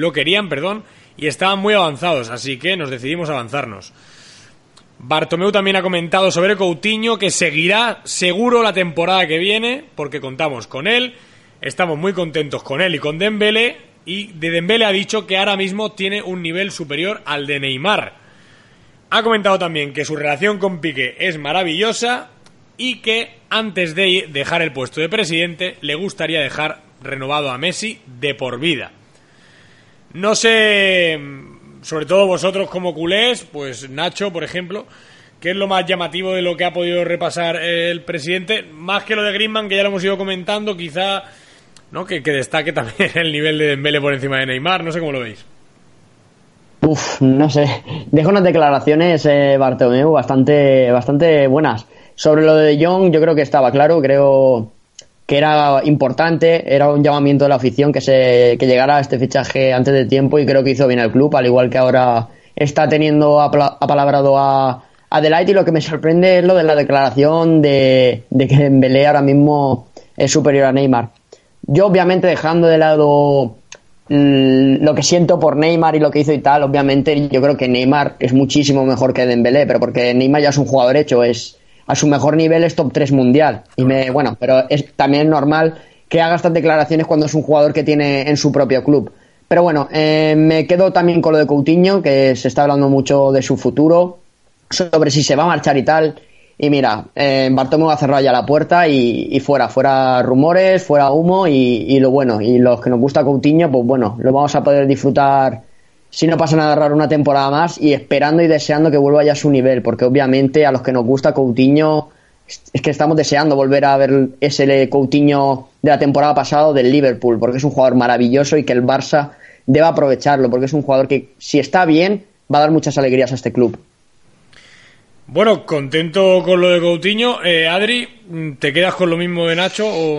y estaban muy avanzados, así que nos decidimos a avanzarnos. Bartomeu también ha comentado sobre Coutinho, que seguirá seguro la temporada que viene, porque contamos con él, estamos muy contentos con él y con Dembélé, y de Dembélé ha dicho que ahora mismo tiene un nivel superior al de Neymar. Ha comentado también que su relación con Piqué es maravillosa y que antes de dejar el puesto de presidente le gustaría dejar renovado a Messi de por vida. No sé, sobre todo vosotros como culés, pues Nacho, por ejemplo, ¿qué es lo más llamativo de lo que ha podido repasar el presidente? Más que lo de Griezmann, que ya lo hemos ido comentando, quizá, ¿no?, que destaque también el nivel de Dembélé por encima de Neymar. No sé cómo lo veis. No sé. Deja unas declaraciones, Bartomeu, bastante buenas. Sobre lo de De Jong, yo creo que estaba claro, creo que era importante, era un llamamiento de la afición que llegara a este fichaje antes de tiempo, y creo que hizo bien el club, al igual que ahora está teniendo apalabrado a De Ligt. Y lo que me sorprende es lo de la declaración de que Dembélé ahora mismo es superior a Neymar. Yo, obviamente, dejando de lado lo que siento por Neymar y lo que hizo y tal, obviamente yo creo que Neymar es muchísimo mejor que Dembélé, pero porque Neymar ya es un jugador hecho, a su mejor nivel es top 3 mundial, pero también es normal que haga estas declaraciones cuando es un jugador que tiene en su propio club. Pero bueno, me quedo también con lo de Coutinho, que se está hablando mucho de su futuro, sobre si se va a marchar y tal. Y mira, Bartomeu ha cerrado ya la puerta y fuera rumores, fuera humo, y lo bueno. Y los que nos gusta Coutinho, pues bueno, lo vamos a poder disfrutar, si no pasa nada raro, una temporada más, y esperando y deseando que vuelva ya a su nivel, porque obviamente a los que nos gusta Coutinho es que estamos deseando volver a ver ese Coutinho de la temporada pasada del Liverpool, porque es un jugador maravilloso y que el Barça debe aprovecharlo, porque es un jugador que, si está bien, va a dar muchas alegrías a este club. Bueno, contento con lo de Coutinho. Adri, ¿te quedas con lo mismo de Nacho o...?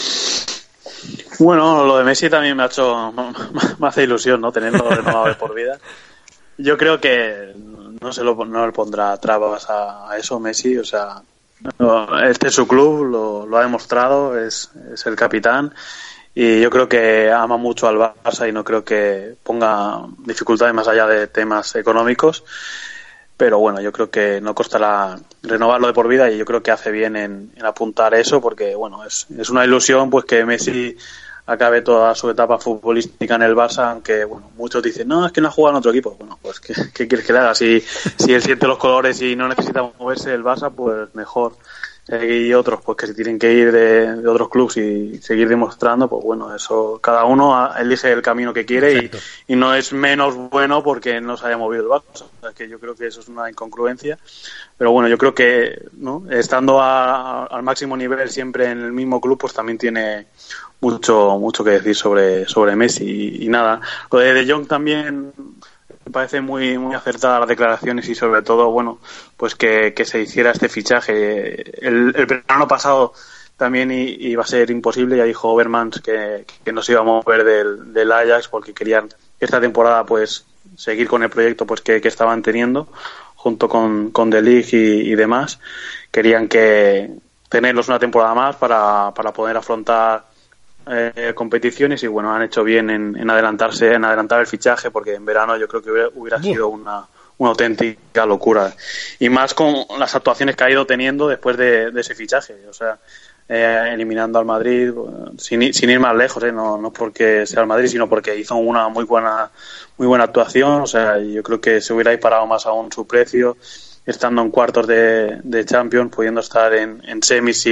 Bueno, lo de Messi también me hace ilusión, ¿no?, tenerlo renovado de por vida. Yo creo que no le pondrá trabas a eso Messi, o sea, este es su club, lo ha demostrado, es el capitán, y yo creo que ama mucho al Barça y no creo que ponga dificultades más allá de temas económicos. Pero bueno, yo creo que no costará renovarlo de por vida, y yo creo que hace bien en apuntar eso, porque bueno, es una ilusión pues que Messi acabe toda su etapa futbolística en el Barça, aunque bueno, muchos dicen, no, es que no ha jugado en otro equipo. Bueno, pues ¿qué quieres que le haga? Si él siente los colores y no necesita moverse del Barça, pues mejor. Y otros pues que se tienen que ir de otros clubes y seguir demostrando, pues bueno, eso cada uno elige el camino que quiere, y no es menos bueno porque no se haya movido el Barça. O sea, que yo creo que eso es una incongruencia, pero bueno, yo creo que, ¿no?, estando al máximo nivel siempre en el mismo club, pues también tiene mucho que decir sobre Messi. Y nada, lo de Jong también me parece muy acertada las declaraciones, y sobre todo, bueno, pues que se hiciera este fichaje. El verano pasado también iba a ser imposible, ya dijo Overmans que no se iba a mover del Ajax, porque querían esta temporada pues seguir con el proyecto pues que estaban teniendo junto con The League y demás. Querían tenerlos una temporada más para poder afrontar competiciones, y bueno, han hecho bien en adelantar el fichaje, porque en verano yo creo que hubiera sido una auténtica locura, y más con las actuaciones que ha ido teniendo después de ese fichaje, o sea, eliminando al Madrid sin ir más lejos, no porque sea el Madrid, sino porque hizo una muy buena actuación. O sea, yo creo que se hubiera disparado más aún su precio, estando en cuartos de Champions, pudiendo estar en semis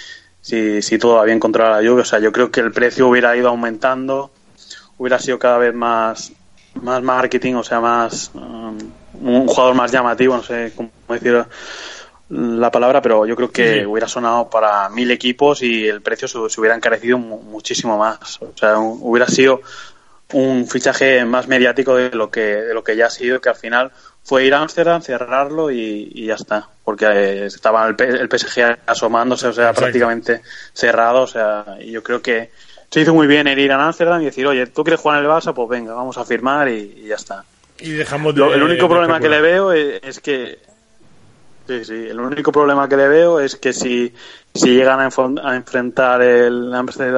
si todo va bien contra la Juve. O sea, yo creo que el precio hubiera ido aumentando, hubiera sido cada vez más marketing, o sea, más un jugador más llamativo, no sé cómo decir la palabra, pero yo creo que hubiera sonado para 1000 equipos y el precio se hubiera encarecido muchísimo más. O sea, hubiera sido un fichaje más mediático de lo que ya ha sido, que al final fue ir a Ámsterdam, cerrarlo y ya está, porque estaba el PSG asomándose, o sea, exacto, prácticamente cerrado. O sea, y yo creo que se hizo muy bien en ir a Ámsterdam y decir, oye, ¿tú quieres jugar en el Barça? Pues venga, vamos a firmar y ya está. Y dejamos el único problema que le veo es que el único problema que le veo es que si llegan a enfrentar el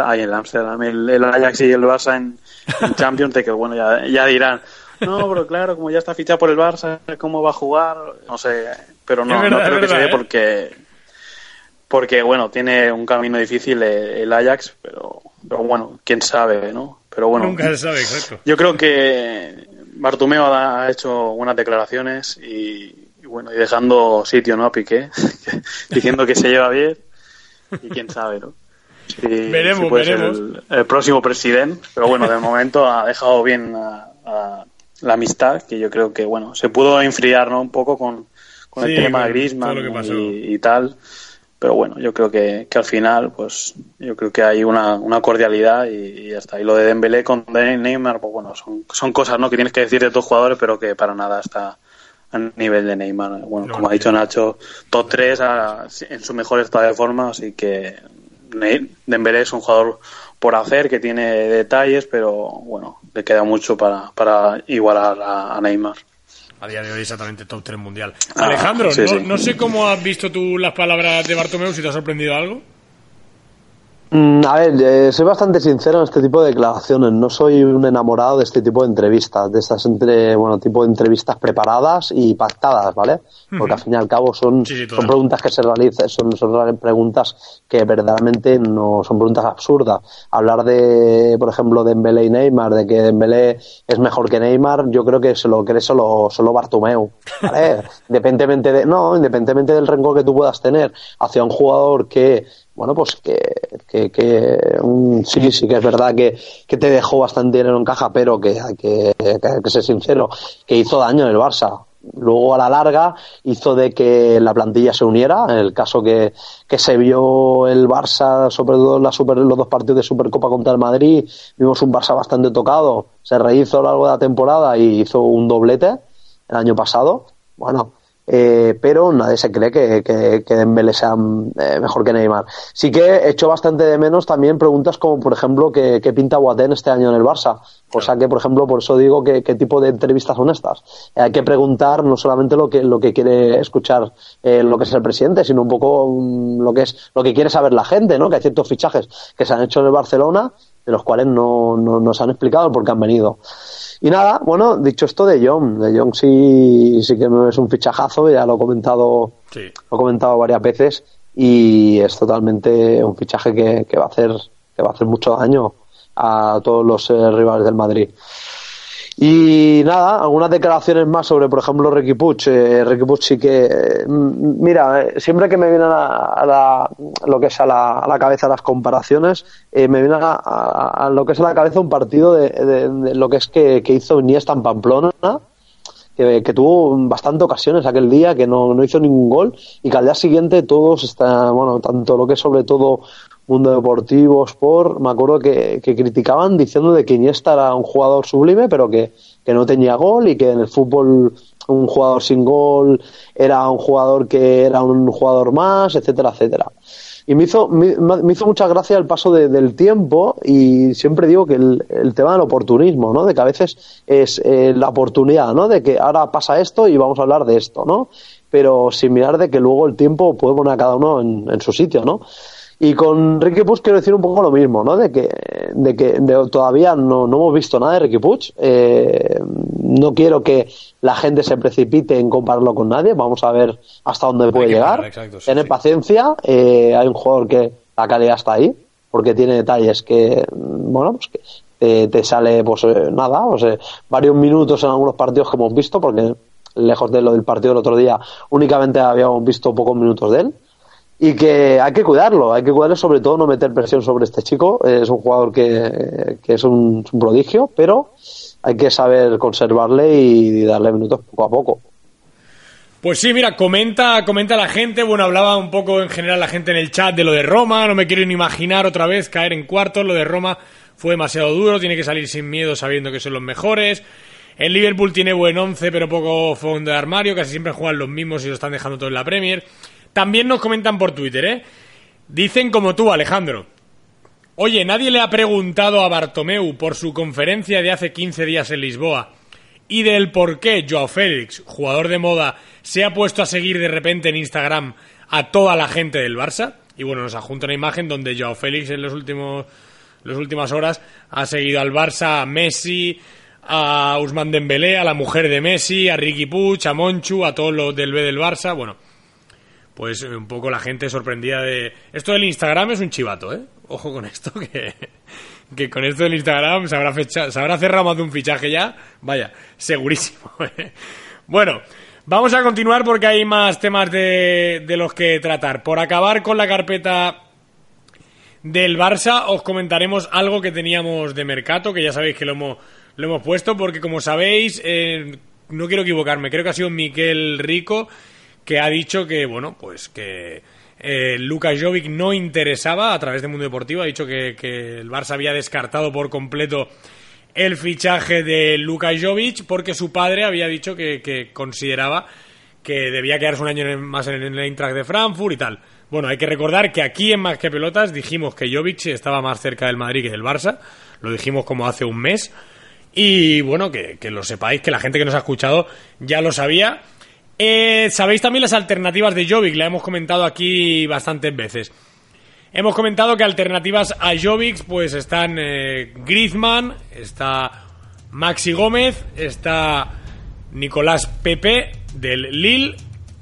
Ajax y el Barça en Champions, de que bueno, ya dirán, no, pero claro, como ya está fichado por el Barça, ¿cómo va a jugar? No sé, pero no creo que se dé, porque bueno, tiene un camino difícil el Ajax, pero bueno, quién sabe, ¿no? Pero bueno, nunca se sabe, exacto. Yo creo que Bartomeu ha hecho buenas declaraciones y bueno, y dejando sitio, ¿no? A Piqué, diciendo que se lleva bien, y quién sabe, ¿no? Veremos. Ser el próximo presidente, pero bueno, de momento ha dejado bien a la amistad, que yo creo que, bueno, se pudo enfriar, ¿no? Un poco con el tema de Griezmann y tal, pero bueno, yo creo que al final, pues, yo creo que hay una cordialidad y ya está. Y lo de Dembélé con Neymar, pues bueno, son cosas, ¿no? Que tienes que decir de tus jugadores, pero que para nada está a nivel de Neymar. Bueno, como ha dicho Nacho, top 3 en su mejor estado de forma, así que Dembélé es un jugador por hacer, que tiene detalles, pero bueno, le queda mucho para igualar a Neymar. A día de hoy exactamente top 3 mundial. Alejandro, sí. No sé cómo has visto tú las palabras de Bartomeu, si te ha sorprendido algo. A ver, soy bastante sincero en este tipo de declaraciones. No soy un enamorado de este tipo de entrevistas, de estas tipo de entrevistas preparadas y pactadas, ¿vale? Porque al fin y al cabo son preguntas que se realizan, son preguntas que verdaderamente no son preguntas absurdas. Hablar de, por ejemplo, de Dembélé y Neymar, de que Dembélé es mejor que Neymar, yo creo que se lo cree solo Bartomeu, ¿vale? Independientemente del rencor que tú puedas tener hacia un jugador que, bueno, pues sí que es verdad que te dejó bastante dinero en caja, pero que hay que ser sincero, que hizo daño en el Barça. Luego, a la larga, hizo de que la plantilla se uniera. En el caso que se vio el Barça, sobre todo los 2 partidos de Supercopa contra el Madrid, vimos un Barça bastante tocado. Se rehizo a lo largo de la temporada y hizo un doblete el año pasado. Bueno, pero nadie se cree que Dembélé sea mejor que Neymar. Sí que echo bastante de menos también preguntas como, por ejemplo, ¿qué pinta Boateng este año en el Barça? Cosa que, por ejemplo, por eso digo qué tipo de entrevistas son estas. Hay que preguntar no solamente lo que quiere escuchar lo que es el presidente, sino un poco lo que quiere saber la gente, ¿no? Que hay ciertos fichajes que se han hecho en el Barcelona, de los cuales no se han explicado por qué han venido. Y nada, bueno, dicho esto, De Jong sí que es un fichajazo, ya lo he comentado varias veces, y es totalmente un fichaje que va a hacer mucho daño a todos los rivales del Madrid. Y nada, algunas declaraciones más sobre, por ejemplo, Riqui Puig. Riqui Puig sí que, mira, siempre que me vienen lo que es a la cabeza las comparaciones, me viene a lo que es a la cabeza un partido de lo que es que hizo Iniesta en Pamplona, que tuvo bastante ocasiones aquel día, que no hizo ningún gol, y que al día siguiente todos tanto lo que es sobre todo Mundo Deportivo, Sport, me acuerdo que criticaban diciendo de que Iniesta era un jugador sublime, pero que no tenía gol, y que en el fútbol un jugador sin gol era un jugador que era un jugador más, etcétera, etcétera. Y me hizo mucha gracia el paso del tiempo, y siempre digo que el tema del oportunismo, ¿no? De que a veces es la oportunidad, ¿no? De que ahora pasa esto y vamos a hablar de esto, ¿no? Pero sin mirar de que luego el tiempo puede poner a cada uno en su sitio, ¿no? Y con Riqui Puig quiero decir un poco lo mismo, ¿no? De que todavía no hemos visto nada de Riqui Puig. No quiero que la gente se precipite en compararlo con nadie. Vamos a ver hasta dónde puede llegar. Tener paciencia. Hay un jugador que la calidad está ahí, porque tiene detalles que, bueno, pues que te sale, pues nada, varios minutos en algunos partidos que hemos visto, porque lejos de lo del partido del otro día, únicamente habíamos visto pocos minutos de él. Y que hay que cuidarlo sobre todo, no meter presión sobre este chico. Es un jugador que es un prodigio, pero hay que saber conservarle y darle minutos poco a poco. Pues sí, mira, comenta la gente. Bueno, hablaba un poco en general la gente en el chat de lo de Roma. No me quiero ni imaginar otra vez caer en cuartos. Lo de Roma fue demasiado duro, tiene que salir sin miedo sabiendo que son los mejores. El Liverpool tiene buen 11 pero poco fondo de armario, casi siempre juegan los mismos y lo están dejando todo en la Premier. También nos comentan por Twitter, dicen como tú, Alejandro: oye, nadie le ha preguntado a Bartomeu por su conferencia de hace 15 días en Lisboa y del por qué Joao Félix, jugador de moda, se ha puesto a seguir de repente en Instagram a toda la gente del Barça. Y bueno, nos adjunta una imagen donde Joao Félix en las últimas horas ha seguido al Barça, a Messi, a Ousmane Dembélé, a la mujer de Messi, a Riqui Puig, a Monchu, a todos los del B del Barça. Bueno, pues un poco la gente sorprendida de... Esto del Instagram es un chivato, Ojo con esto, que con esto del Instagram se habrá cerrado más de un fichaje ya. Vaya, segurísimo, Bueno, Vamos a continuar porque hay más temas de los que tratar. Por acabar con la carpeta del Barça, os comentaremos algo que teníamos de Mercato, que ya sabéis que lo hemos puesto, porque como sabéis, no quiero equivocarme, creo que ha sido Miquel Rico que ha dicho que, bueno, pues que Luka Jovic no interesaba a través de Mundo Deportivo, ha dicho que el Barça había descartado por completo el fichaje de Luka Jovic porque su padre había dicho que consideraba que debía quedarse un año más en el Eintracht de Frankfurt y tal. Bueno, hay que recordar que aquí en Más que Pelotas dijimos que Jovic estaba más cerca del Madrid que del Barça, lo dijimos como hace un mes, y bueno, que lo sepáis, que la gente que nos ha escuchado ya lo sabía. Sabéis también las alternativas de Jovic, la hemos comentado aquí bastantes veces. Hemos comentado que alternativas a Jovic pues están Griezmann, está Maxi Gómez, está Nicolás Pepe del Lille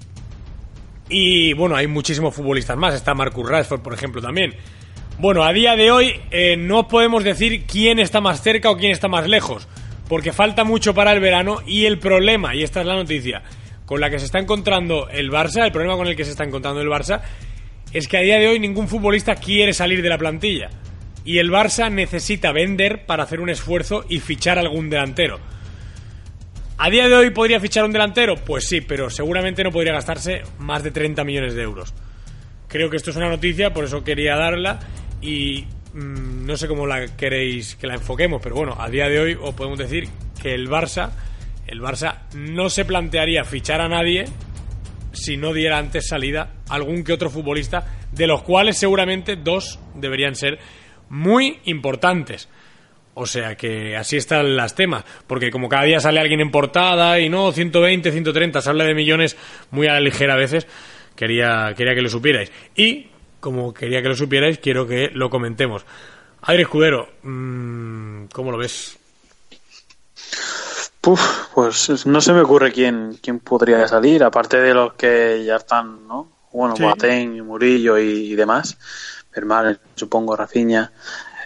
y bueno, hay muchísimos futbolistas más, está Marcus Rashford por ejemplo también. Bueno, a día de hoy no podemos decir quién está más cerca o quién está más lejos, porque falta mucho para el verano y el problema, y esta es la noticia con la que se está encontrando el Barça, el problema con el que se está encontrando el Barça es que a día de hoy ningún futbolista quiere salir de la plantilla y el Barça necesita vender para hacer un esfuerzo y fichar algún delantero. ¿A día de hoy podría fichar un delantero? Pues sí, pero seguramente no podría gastarse más de 30 millones de euros. Creo que esto es una noticia, por eso quería darla y no sé cómo la queréis que la enfoquemos, pero bueno, a día de hoy os podemos decir que el Barça no se plantearía fichar a nadie si no diera antes salida algún que otro futbolista, de los cuales seguramente 2 deberían ser muy importantes. O sea que así están las temas, porque como cada día sale alguien en portada y no, 120, 130, se habla de millones muy a la ligera a veces, quería que lo supierais. Y como quería que lo supierais, quiero que lo comentemos. Adri Escudero, ¿cómo lo ves? Pues no se me ocurre quién podría salir, aparte de los que ya están, ¿no? Bueno, sí. Boateng, Murillo y demás. Vermaelen, supongo, Rafinha.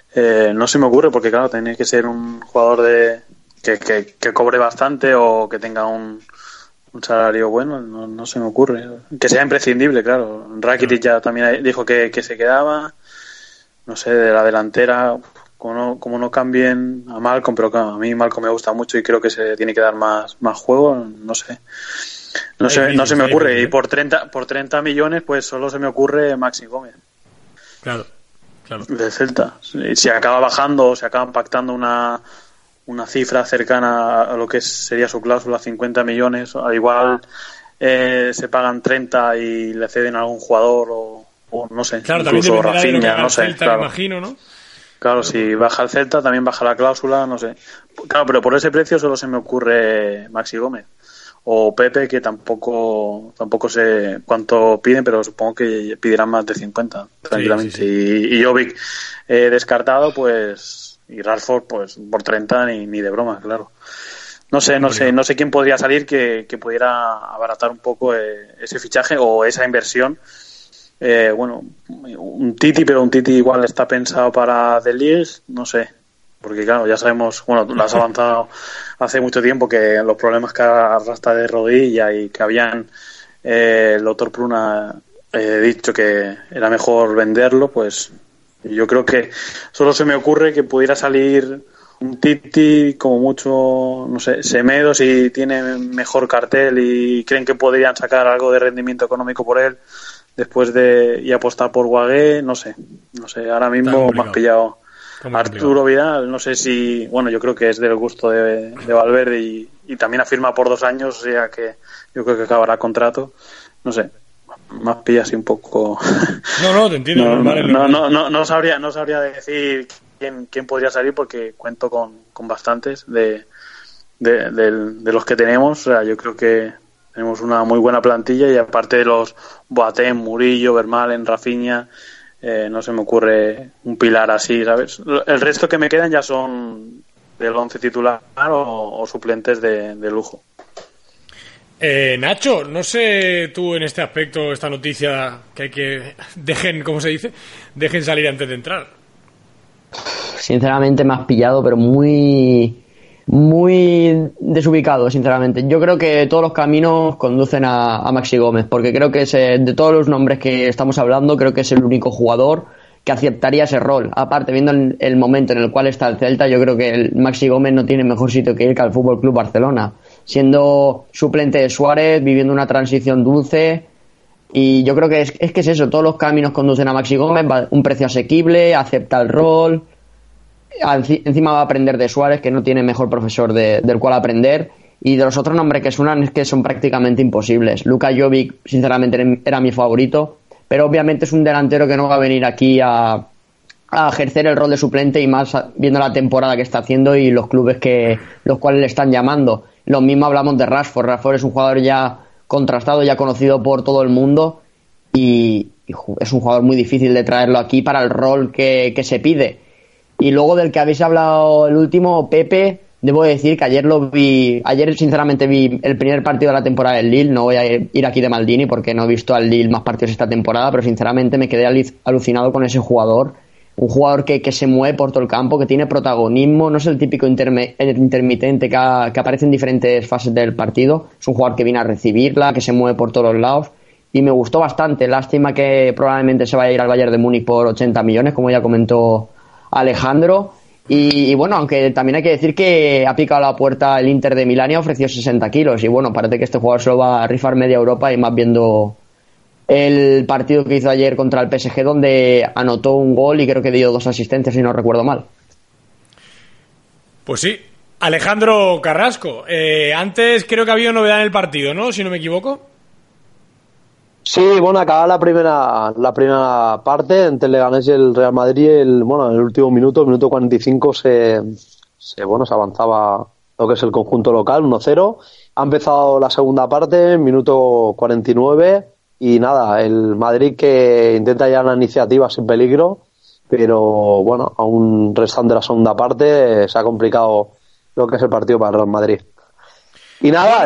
No se me ocurre porque, claro, tiene que ser un jugador que cobre bastante o que tenga un salario bueno. No se me ocurre. Que sea imprescindible, claro. Rakitic ya también dijo que se quedaba. No sé, de la delantera... Como no cambien a Malcolm, pero claro, a mí Malcolm me gusta mucho y creo que se tiene que dar más juego, no sé. No se me ocurre. Y por 30 millones, pues solo se me ocurre Maxi Gómez. Claro. De Celta. Si acaba bajando o se acaba pactando una cifra cercana a lo que sería su cláusula, 50 millones, al igual se pagan 30 y le ceden a algún jugador o no sé, claro, incluso Rafinha, no sé. Celta, claro. Me imagino, ¿no? Claro, si baja el Celta, también baja la cláusula, no sé. Claro, pero por ese precio solo se me ocurre Maxi Gómez. O Pepe, que tampoco sé cuánto piden, pero supongo que pedirán más de 50, tranquilamente. Sí. Y Jovic descartado, pues... Y Rashford, pues por 30 ni de broma, claro. No sé quién podría salir que pudiera abaratar un poco ese fichaje o esa inversión. Bueno, un Titi, pero un Titi igual está pensado para The League, no sé, porque claro, ya sabemos, bueno, lo has avanzado hace mucho tiempo que los problemas que arrastra de rodilla y que habían el doctor Pruna dicho que era mejor venderlo, pues yo creo que solo se me ocurre que pudiera salir un Titi, como mucho, no sé, Semedo, si tiene mejor cartel y creen que podrían sacar algo de rendimiento económico por él después y apostar por Guagué, no sé, ahora mismo me has pillado. Arturo Vidal, no sé si, bueno, yo creo que es del gusto de Valverde y también afirma por 2 años, o sea que yo creo que acabará contrato, no sé, más pilla así un poco. No, te entiendo. No sabría decir quién podría salir porque cuento con bastantes de los que tenemos, o sea, yo creo que tenemos una muy buena plantilla y aparte de los Boateng, Murillo, Vermaelen, Rafinha, no se me ocurre un pilar así, ¿sabes? El resto que me quedan ya son del 11 titular o suplentes de lujo. Nacho, no sé tú en este aspecto, esta noticia que dejen, ¿cómo se dice? Dejen salir antes de entrar. Sinceramente me has pillado, pero muy muy desubicado, sinceramente. Yo creo que todos los caminos conducen a Maxi Gómez, porque creo que de todos los nombres que estamos hablando, creo que es el único jugador que aceptaría ese rol. Aparte, viendo el momento en el cual está el Celta, yo creo que el Maxi Gómez no tiene mejor sitio que ir que al Fútbol Club Barcelona, siendo suplente de Suárez, viviendo una transición dulce. Y yo creo que es eso, todos los caminos conducen a Maxi Gómez, un precio asequible, acepta el rol, encima va a aprender de Suárez, que no tiene mejor profesor del cual aprender, y de los otros nombres que suenan es que son prácticamente imposibles. Luka Jovic, sinceramente, era mi favorito, pero obviamente es un delantero que no va a venir aquí a ejercer el rol de suplente, y más viendo la temporada que está haciendo y los clubes los cuales le están llamando. Lo mismo hablamos de Rashford. Rashford es un jugador ya contrastado, ya conocido por todo el mundo, y es un jugador muy difícil de traerlo aquí para el rol que se pide. Y luego del que habéis hablado, el último, Pepe, debo decir que ayer sinceramente vi el primer partido de la temporada del Lille. No voy a ir aquí de Maldini porque no he visto al Lille más partidos esta temporada, pero sinceramente me quedé alucinado con ese jugador. Un jugador que se mueve por todo el campo, que tiene protagonismo, no es el típico intermitente que aparece en diferentes fases del partido. Es un jugador que viene a recibirla, que se mueve por todos los lados, y me gustó bastante. Lástima que probablemente se vaya a ir al Bayern de Múnich por 80 millones, como ya comentó Alejandro. Y bueno, aunque también hay que decir que ha picado la puerta el Inter de Milán y ha ofrecido 60 kilos. Y bueno, parece que este jugador se lo va a rifar media Europa, y más viendo el partido que hizo ayer contra el PSG, donde anotó un gol y creo que dio 2 asistencias, si no recuerdo mal. Pues sí. Alejandro Carrasco, antes creo que había novedad en el partido, ¿no? Si no me equivoco. Sí, bueno, acaba la primera parte entre el Leganés y el Real Madrid. En el último minuto 45, se avanzaba lo que es el conjunto local, 1-0. Ha empezado la segunda parte, minuto 49, y nada, el Madrid que intenta ya la iniciativa sin peligro, pero bueno, aún restando la segunda parte se ha complicado lo que es el partido para el Real Madrid. Y nada,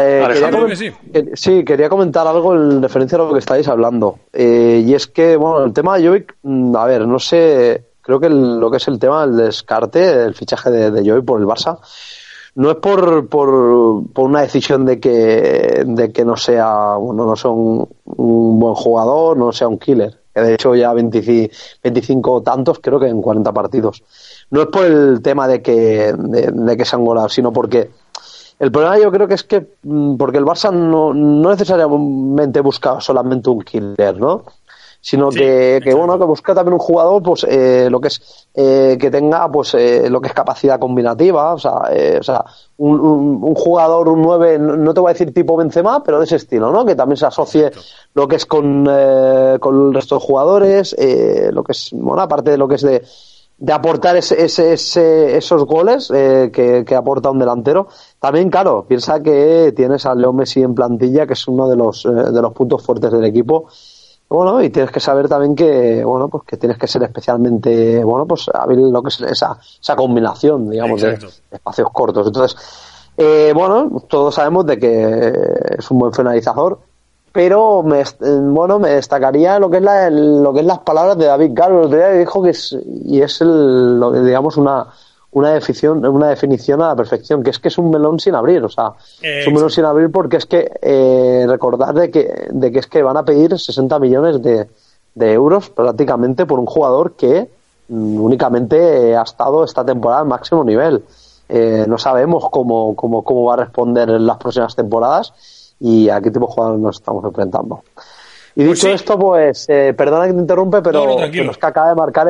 quería comentar algo en referencia a lo que estáis hablando. Y es que, bueno, el tema de Jovic, a ver, no sé, creo que lo que es el tema del descarte, el fichaje de Jovic por el Barça, no es por una decisión de que no sea, no sea un buen jugador, no sea un killer, que de hecho ya 25 tantos, creo que en 40 partidos. No es por el tema de que sea un goleador, sino porque el problema yo creo que es que porque el Barça no necesariamente busca solamente un killer, ¿no? Sino que busca también un jugador, pues lo que es que tenga pues lo que es capacidad combinativa, o sea un jugador, un 9, no te voy a decir tipo Benzema, pero de ese estilo, ¿no? Que también se asocie lo que es con el resto de jugadores, lo que es, bueno, aparte de lo que es de aportar esos goles que aporta un delantero. También, claro, piensa que tienes a Leo Messi en plantilla, que es uno de los puntos fuertes del equipo. Bueno, y tienes que saber también que, bueno, pues que tienes que ser especialmente, bueno, pues hábil lo que es esa combinación, digamos, de espacios cortos. Entonces, bueno, todos sabemos de que es un buen finalizador, pero me destacaría lo que es las palabras de David Carlos, que dijo que es digamos una definición a la perfección, que es un melón sin abrir, o sea, es un melón sin abrir, porque es que recordar de que es que van a pedir 60 millones de euros prácticamente por un jugador que únicamente ha estado esta temporada al máximo nivel. No sabemos cómo va a responder en las próximas temporadas y a qué tipo de jugadores nos estamos enfrentando. Y dicho esto, pues, perdona que te interrumpe, pero es que acaba de marcar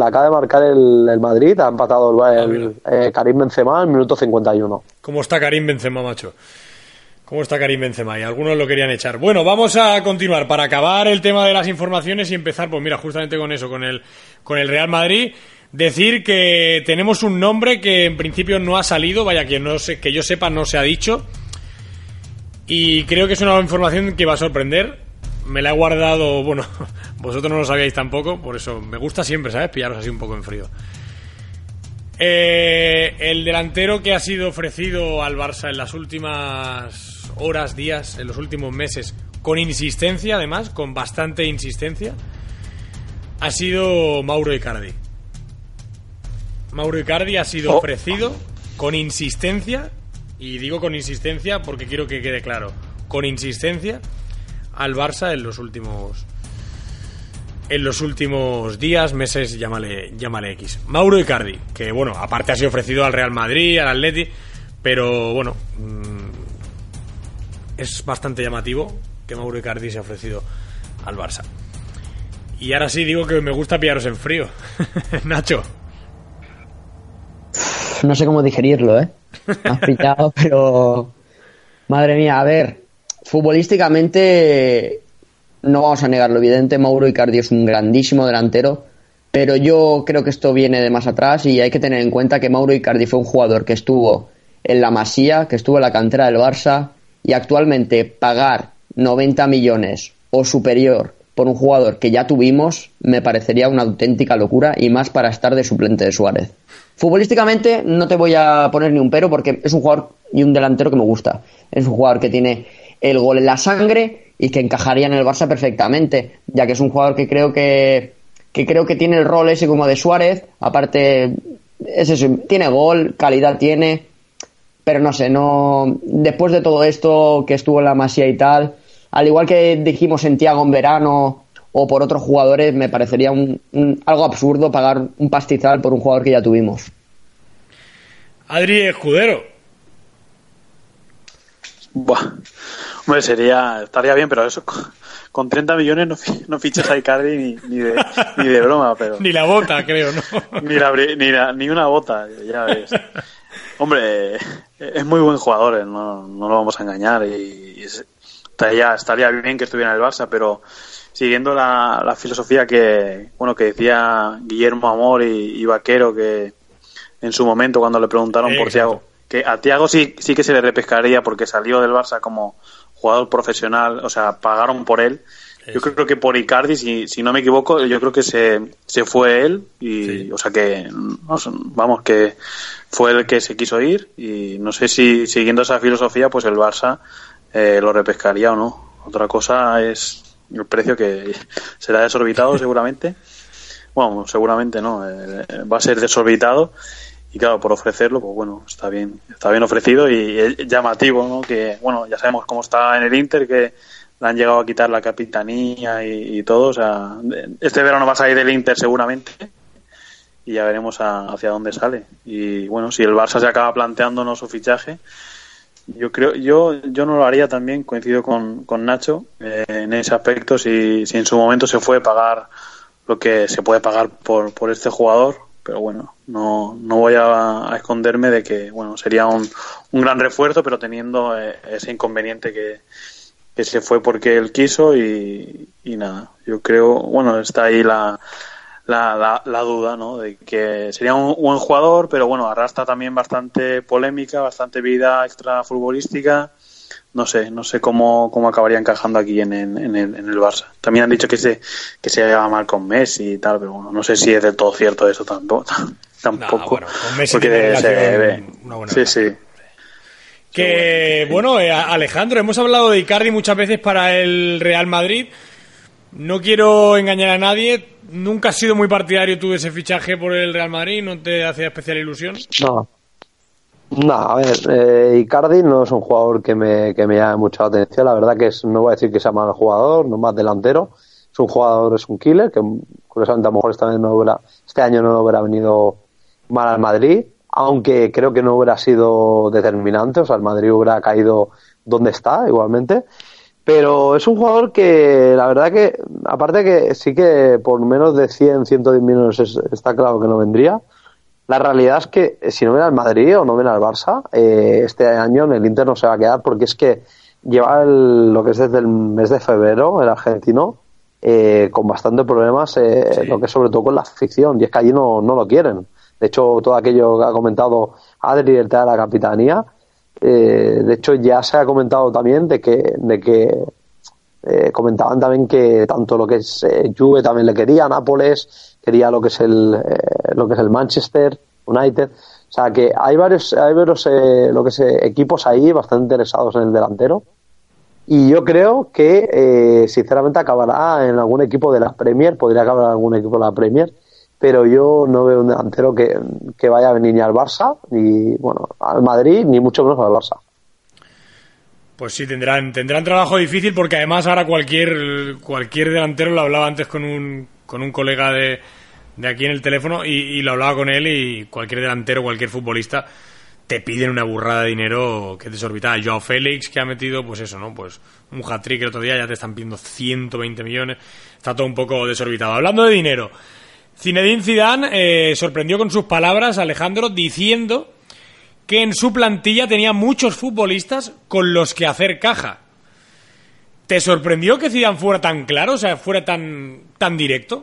el Madrid, ha empatado el Karim Benzema en el minuto 51. ¿Cómo está Karim Benzema, macho? ¿Cómo está Karim Benzema? Y algunos lo querían echar. Bueno, vamos a continuar para acabar el tema de las informaciones y empezar, pues mira, justamente con eso, con el Real Madrid. Decir que tenemos un nombre que en principio no ha salido, vaya, que yo sepa no se ha dicho, y creo que es una información que va a sorprender. Me la he guardado, bueno, vosotros no lo sabíais tampoco, por eso me gusta siempre, ¿sabes? Pillaros así un poco en frío. El delantero que ha sido ofrecido al Barça en las últimas horas, días, en los últimos meses, con insistencia además, con bastante insistencia, ha sido Mauro Icardi. Mauro Icardi ha sido ofrecido con insistencia, y digo con insistencia porque quiero que quede claro, con insistencia al Barça en los últimos días, meses, llámale X. Mauro Icardi, que bueno, aparte ha sido ofrecido al Real Madrid, al Atleti, pero bueno, es bastante llamativo que Mauro Icardi se ha ofrecido al Barça. Y ahora sí digo que me gusta pillaros en frío. Nacho. No sé cómo digerirlo, ¿eh? Me has pillado, pero... Madre mía, a ver, futbolísticamente no vamos a negar lo evidente, Mauro Icardi es un grandísimo delantero, pero yo creo que esto viene de más atrás y hay que tener en cuenta que Mauro Icardi fue un jugador que estuvo en la Masía, que estuvo en la cantera del Barça, y actualmente pagar 90 millones o superior por un jugador que ya tuvimos me parecería una auténtica locura, y más para estar de suplente de Suárez. Futbolísticamente no te voy a poner ni un pero porque es un jugador y un delantero que me gusta. Es un jugador que tiene el gol en la sangre y que encajaría en el Barça perfectamente, ya que es un jugador que creo que tiene el rol ese como de Suárez. Aparte, es eso, tiene gol, calidad tiene, pero no sé, no, después de todo esto que estuvo en la Masía y tal, al igual que dijimos en Thiago en verano o por otros jugadores, me parecería algo absurdo pagar un pastizal por un jugador que ya tuvimos. Adri Escudero. Buah. Hombre, estaría bien, pero eso con 30 millones no fichas a Icardi ni de broma, pero... Ni la bota, creo, ¿no? ni una bota, ya ves. Hombre, es muy buen jugador, no lo vamos a engañar, y estaría bien que estuviera en el Barça, pero siguiendo la filosofía que decía Guillermo Amor y Vaquero, que en su momento cuando le preguntaron por Thiago, que a Thiago sí que se le repescaría porque salió del Barça como jugador profesional, o sea, pagaron por él. Yo creo que por Icardi, si no me equivoco, yo creo que se fue él, y sí. O sea que vamos, que fue el que se quiso ir, y no sé si siguiendo esa filosofía pues el Barça lo repescaría o no. Otra cosa es el precio, que será desorbitado seguramente. Bueno, seguramente no, va a ser desorbitado, y claro, por ofrecerlo, pues bueno, está bien ofrecido y es llamativo, ¿no? Que bueno, ya sabemos cómo está en el Inter, que le han llegado a quitar la capitanía y todo, o sea, este verano va a salir del Inter seguramente, y ya veremos hacia dónde sale. Y bueno, si el Barça se acaba planteándonos su fichaje, yo no lo haría también, coincido con Nacho en ese aspecto. Si en su momento se fue pagar lo que se puede pagar por este jugador, pero bueno, no voy a esconderme de que bueno, sería un gran refuerzo, pero teniendo ese inconveniente que se fue porque él quiso, y nada, yo creo, bueno, está ahí la duda, ¿no? De que sería un buen jugador, pero bueno, arrastra también bastante polémica, bastante vida extrafutbolística. No sé cómo acabaría encajando aquí en el Barça. También han dicho que se lleva mal con Messi y tal, pero bueno, no sé si es del todo cierto eso tampoco. Nah, bueno, con Messi porque se ve una buena sí. Que bueno, Alejandro, hemos hablado de Icardi muchas veces para el Real Madrid. No quiero engañar a nadie. ¿Nunca has sido muy partidario tú de ese fichaje por el Real Madrid? ¿No te hacía especial ilusión? No, a ver, Icardi no es un jugador que me llame mucha la atención. La verdad que no voy a decir que sea mal jugador, no más delantero. Es un jugador, es un killer, que curiosamente a lo mejor este año no hubiera venido mal al Madrid, aunque creo que no hubiera sido determinante. O sea, el Madrid hubiera caído donde está igualmente. Pero es un jugador que, la verdad que, aparte que sí que por menos de 110 millones está claro que no vendría. La realidad es que si no viene al Madrid o no viene al Barça, este año en el Inter no se va a quedar, porque es que lleva lo que es desde el mes de febrero, el argentino, con bastantes problemas, sí. Lo que es sobre todo con la afición, y es que allí no lo quieren. De hecho, todo aquello que ha comentado Adri, el tema de la capitanía, de hecho ya se ha comentado también de que comentaban también que tanto lo que es Juve también le quería, Nápoles quería lo que es el Manchester United. O sea que hay varios lo que es equipos ahí bastante interesados en el delantero, y yo creo que sinceramente acabará en algún equipo de la Premier, podría acabar en algún equipo de la Premier, pero yo no veo un delantero que vaya a venir ni al Barça, ni bueno, al Madrid, ni mucho menos al Barça. Pues sí, tendrán trabajo difícil, porque además ahora cualquier delantero, lo hablaba antes con un colega de aquí en el teléfono y lo hablaba con él, y cualquier delantero, cualquier futbolista te piden una burrada de dinero que es desorbitada. Joao Félix, que ha metido, pues eso, ¿no? Pues un hat-trick el otro día, ya te están pidiendo 120 millones. Está todo un poco desorbitado. Hablando de dinero, Zinedine Zidane sorprendió con sus palabras a Alejandro, diciendo que en su plantilla tenía muchos futbolistas con los que hacer caja. ¿Te sorprendió que Zidane fuera tan claro, o sea, fuera tan directo?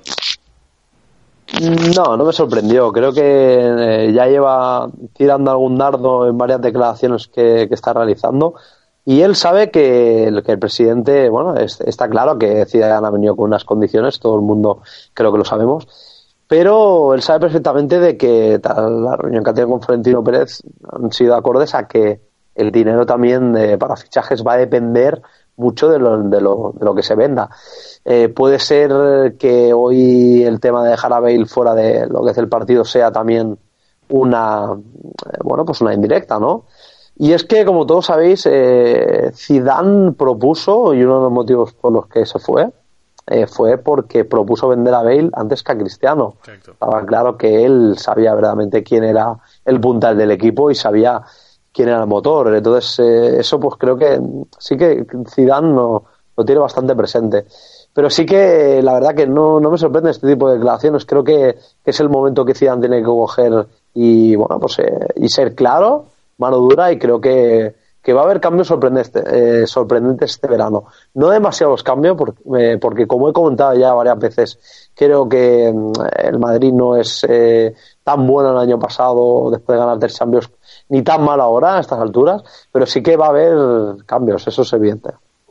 No me sorprendió. Creo que ya lleva tirando algún dardo en varias declaraciones que está realizando, y él sabe que el presidente, bueno, está claro que Zidane ha venido con unas condiciones, todo el mundo creo que lo sabemos, pero él sabe perfectamente de que la reunión que ha tenido con Florentino Pérez han sido acordes a que el dinero también para fichajes va a depender mucho de lo que se venda. Puede ser que hoy el tema de dejar a Bale fuera de lo que es el partido sea también una indirecta, ¿no? Y es que, como todos sabéis, Zidane propuso, y uno de los motivos por los que se fue porque propuso vender a Bale antes que a Cristiano. Correcto. Estaba claro que él sabía verdaderamente quién era el puntal del equipo y sabía quién era el motor. Entonces, eso pues creo que sí que Zidane lo tiene bastante presente. Pero sí que la verdad que no me sorprende este tipo de declaraciones. Creo que es el momento que Zidane tiene que coger y bueno, pues y ser claro, mano dura, y creo que va a haber cambios sorprendentes este verano. No demasiados cambios porque como he comentado ya varias veces, creo que el Madrid no es tan bueno el año pasado después de ganar 3 Champions, ni tan mal ahora a estas alturas, pero sí que va a haber cambios, eso es evidente.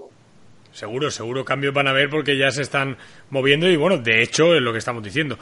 Seguro cambios van a haber, porque ya se están moviendo, y bueno, de hecho es lo que estamos diciendo.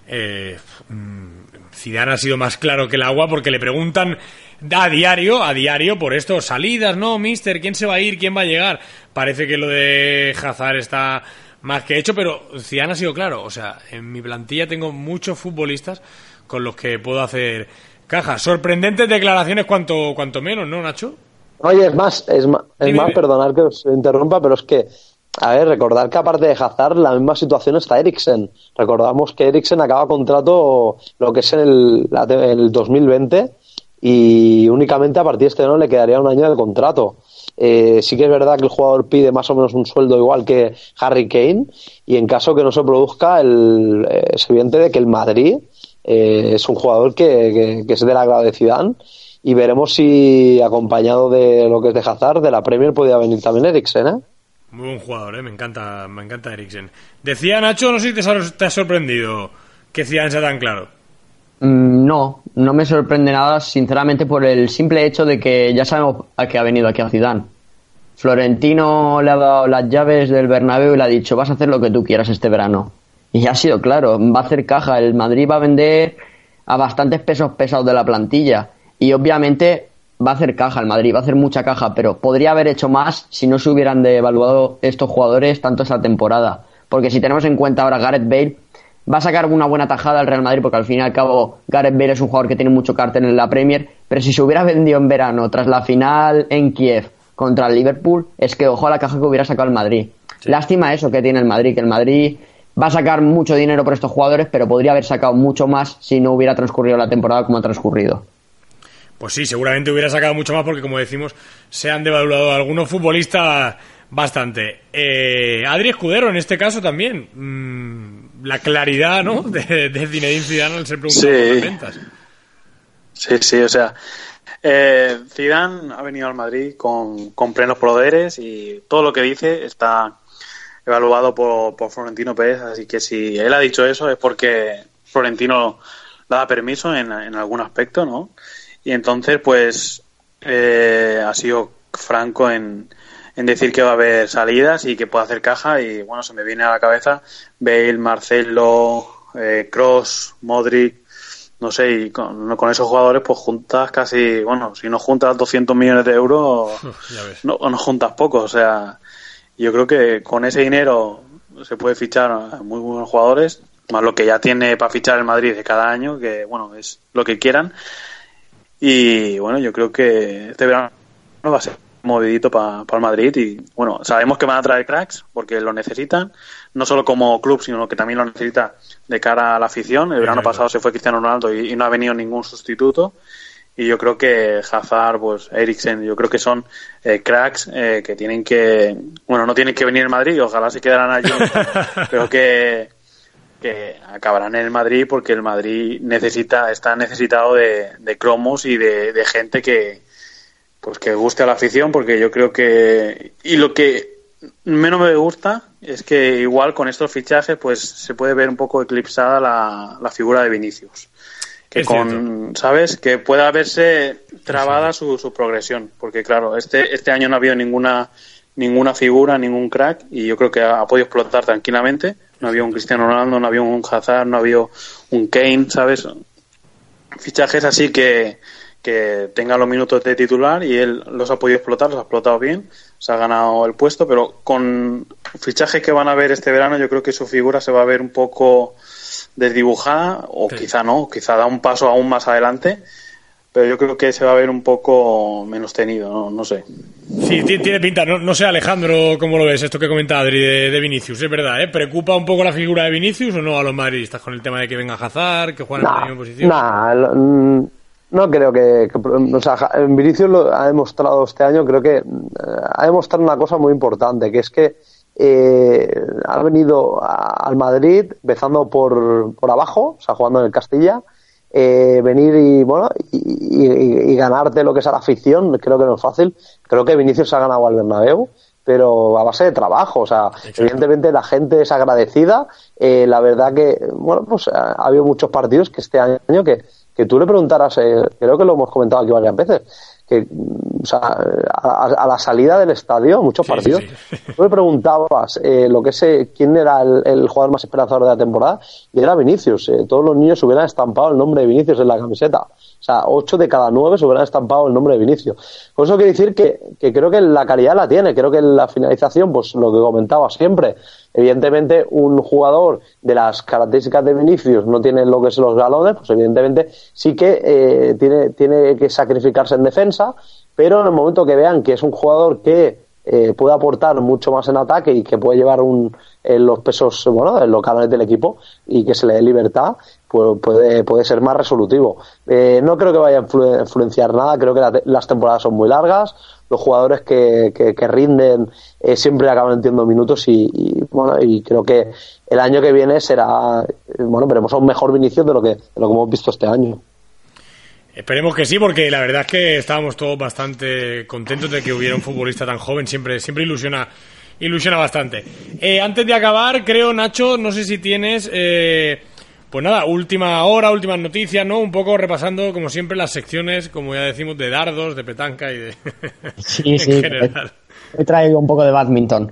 Zidane ha sido más claro que el agua, porque le preguntan a diario por esto, salidas, no, mister, ¿quién se va a ir? ¿Quién va a llegar? Parece que lo de Hazard está más que hecho, pero Zidane ha sido claro, o sea, en mi plantilla tengo muchos futbolistas con los que puedo hacer caja. Sorprendentes declaraciones cuanto menos, ¿no, Nacho? Oye, es más, perdonad que os interrumpa, pero es que, a ver, recordar que aparte de Hazard, la misma situación está Eriksen. Recordamos que Eriksen acaba contrato lo que es en el 2020, y únicamente a partir de este año le quedaría un año de contrato. Sí que es verdad que el jugador pide más o menos un sueldo igual que Harry Kane, y en caso que no se produzca, es evidente de que el Madrid es un jugador que es del agrado de Zidane, y veremos si acompañado de lo que es de Hazard, de la Premier, podría venir también Eriksen, ¿eh? Muy buen jugador, me encanta Eriksen. Decía Nacho, no sé si te ha sorprendido que Zidane sea tan claro. No me sorprende nada, sinceramente, por el simple hecho de que ya sabemos a qué ha venido aquí a Zidane. Florentino le ha dado las llaves del Bernabéu y le ha dicho: vas a hacer lo que tú quieras este verano. Y ha sido claro, va a hacer caja. El Madrid va a vender a bastantes pesos pesados de la plantilla, y obviamente va a hacer caja, el Madrid va a hacer mucha caja, pero podría haber hecho más si no se hubieran devaluado estos jugadores tanto esta temporada. Porque si tenemos en cuenta ahora, Gareth Bale va a sacar una buena tajada al Real Madrid, porque al fin y al cabo Gareth Bale es un jugador que tiene mucho cartel en la Premier, pero si se hubiera vendido en verano tras la final en Kiev contra el Liverpool, es que ojo a la caja que hubiera sacado el Madrid. Sí. Lástima eso que tiene el Madrid, que el Madrid va a sacar mucho dinero por estos jugadores, pero podría haber sacado mucho más si no hubiera transcurrido la temporada como ha transcurrido. Pues sí, seguramente hubiera sacado mucho más, porque como decimos, se han devaluado algunos futbolistas bastante. Adri Escudero, en este caso también, la claridad, ¿no?, de Zinedine Zidane al ser preguntado por las ventas. Sí, o sea, Zidane ha venido al Madrid con plenos poderes, y todo lo que dice está evaluado por Florentino Pérez, así que si él ha dicho eso es porque Florentino le da permiso en algún aspecto, ¿no? Y entonces, pues, ha sido franco en decir que va a haber salidas y que puede hacer caja. Y bueno, se me viene a la cabeza Bale, Marcelo, Kroos, Modric, no sé, y con esos jugadores pues juntas casi, bueno, si no juntas 200 millones de euros, no juntas poco. O sea, yo creo que con ese dinero se puede fichar a muy buenos jugadores, más lo que ya tiene para fichar el Madrid de cada año, que bueno, es lo que quieran. Y bueno, yo creo que este verano va a ser movidito para el Madrid y bueno, sabemos que van a traer cracks porque lo necesitan, no solo como club, sino que también lo necesita de cara a la afición. El verano pasado se fue Cristiano Ronaldo y no ha venido ningún sustituto. Y yo creo que Hazard, pues Eriksen, yo creo que son cracks que tienen que, bueno, no tienen que venir en Madrid, ojalá se quedaran allí, pero que acabarán en el Madrid porque el Madrid está necesitado de cromos y de gente que pues que guste a la afición, porque yo creo que, y lo que menos me gusta es que igual con estos fichajes pues se puede ver un poco eclipsada la figura de Vinicius. Que ¿sabes? Que pueda verse trabada su progresión, porque claro, este año no ha habido ninguna figura, ningún crack, y yo creo que ha podido explotar tranquilamente. No había un Cristiano Ronaldo, no había un Hazard, no había un Kane, ¿sabes? Fichajes así que tenga los minutos de titular y él los ha podido explotar, los ha explotado bien, se ha ganado el puesto, pero con fichajes que van a ver este verano yo creo que su figura se va a ver un poco desdibujada, o sí. Quizá da un paso aún más adelante, pero yo creo que se va a ver un poco menos tenido, no sé. Sí, tiene pinta, no sé Alejandro, ¿cómo lo ves esto que comenta Adri de Vinicius? Es verdad, ¿preocupa un poco la figura de Vinicius o no a los madridistas con el tema de que venga Hazard, que juegan en la misma posición? No creo que o sea, Vinicius lo ha demostrado este año, creo que ha demostrado una cosa muy importante, que es que ha venido al Madrid empezando por abajo, o sea, jugando en el Castilla, venir y ganarte lo que es a la afición, creo que no es fácil. Creo que Vinicius ha ganado al Bernabéu, pero a base de trabajo, o sea, exacto. Evidentemente la gente es agradecida. La verdad que, bueno, pues ha habido muchos partidos que este año que tú le preguntaras, creo que lo hemos comentado aquí varias veces, que, o sea, a la salida del estadio, muchos partidos, sí. Tú le preguntabas lo que es quién era el jugador más esperanzador de la temporada, y era Vinicius. Todos los niños hubieran estampado el nombre de Vinicius en la camiseta. O sea, 8 de cada 9 se hubieran estampado el nombre de Vinicius. Por eso quiere decir que creo que la calidad la tiene. Creo que la finalización, pues lo que comentaba siempre, evidentemente un jugador de las características de Vinicius no tiene lo que son los galones, pues evidentemente sí que tiene que sacrificarse en defensa, pero en el momento que vean que es un jugador que puede aportar mucho más en ataque y que puede llevar los pesos, bueno, en los galones del equipo, y que se le dé libertad, pues puede ser más resolutivo. No creo que vaya a influenciar nada. Creo que las temporadas son muy largas, los jugadores que rinden siempre acaban entiendo minutos y creo que el año que viene será, bueno, veremos a un mejor Vinicius de lo que hemos visto este año. Esperemos que sí, porque la verdad es que estábamos todos bastante contentos de que hubiera un futbolista tan joven. Siempre ilusiona bastante. Antes de acabar, creo, Nacho, no sé si tienes pues nada, última hora, últimas noticias, ¿no? Un poco repasando, como siempre, las secciones, como ya decimos, de dardos, de petanca y de sí, en general. He traído un poco de badminton.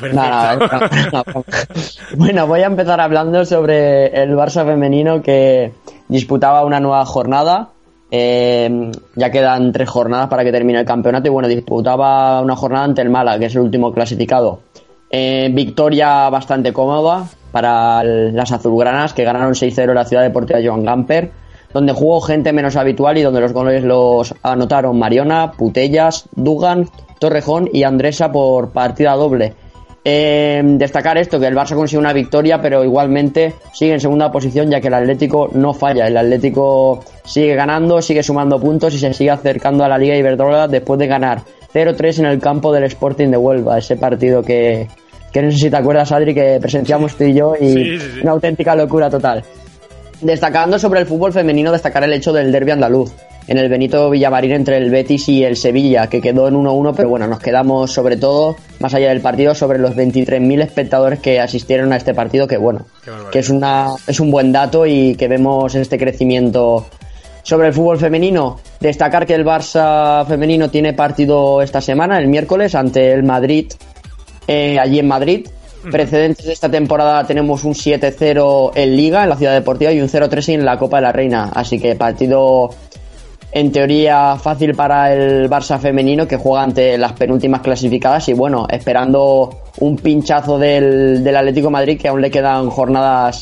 Bueno, voy a empezar hablando sobre el Barça femenino, que disputaba una nueva jornada. Ya quedan 3 jornadas para que termine el campeonato, y bueno, disputaba una jornada ante el Málaga, que es el último clasificado. Victoria bastante cómoda para las azulgranas, que ganaron 6-0 en la Ciudad Deportiva Joan Gamper, donde jugó gente menos habitual y donde los goles los anotaron Mariona, Putellas, Dugan, Torrejón y Andresa por partida doble. Destacar esto, que el Barça consigue una victoria, pero igualmente sigue en segunda posición, ya que el Atlético no falla. El Atlético sigue ganando, sigue sumando puntos y se sigue acercando a la Liga Iberdrola después de ganar 0-3 en el campo del Sporting de Huelva, ese partido que no sé si te acuerdas, Adri, que presenciamos tú y yo, y sí. Una auténtica locura total. Destacando sobre el fútbol femenino, destacar el hecho del derbi andaluz en el Benito Villamarín entre el Betis y el Sevilla, que quedó en 1-1, pero bueno, nos quedamos sobre todo, más allá del partido, sobre los 23.000 espectadores que asistieron a este partido, que bueno, que es un buen dato, y que vemos este crecimiento. Sobre el fútbol femenino, destacar que el Barça femenino tiene partido esta semana, el miércoles, ante el Madrid, allí en Madrid. Precedentes de esta temporada tenemos un 7-0 en Liga, en la Ciudad Deportiva, y un 0-3 en la Copa de la Reina. Así que partido, en teoría, fácil para el Barça femenino, que juega ante las penúltimas clasificadas. Y bueno, esperando un pinchazo del Atlético de Madrid, que aún le quedan jornadas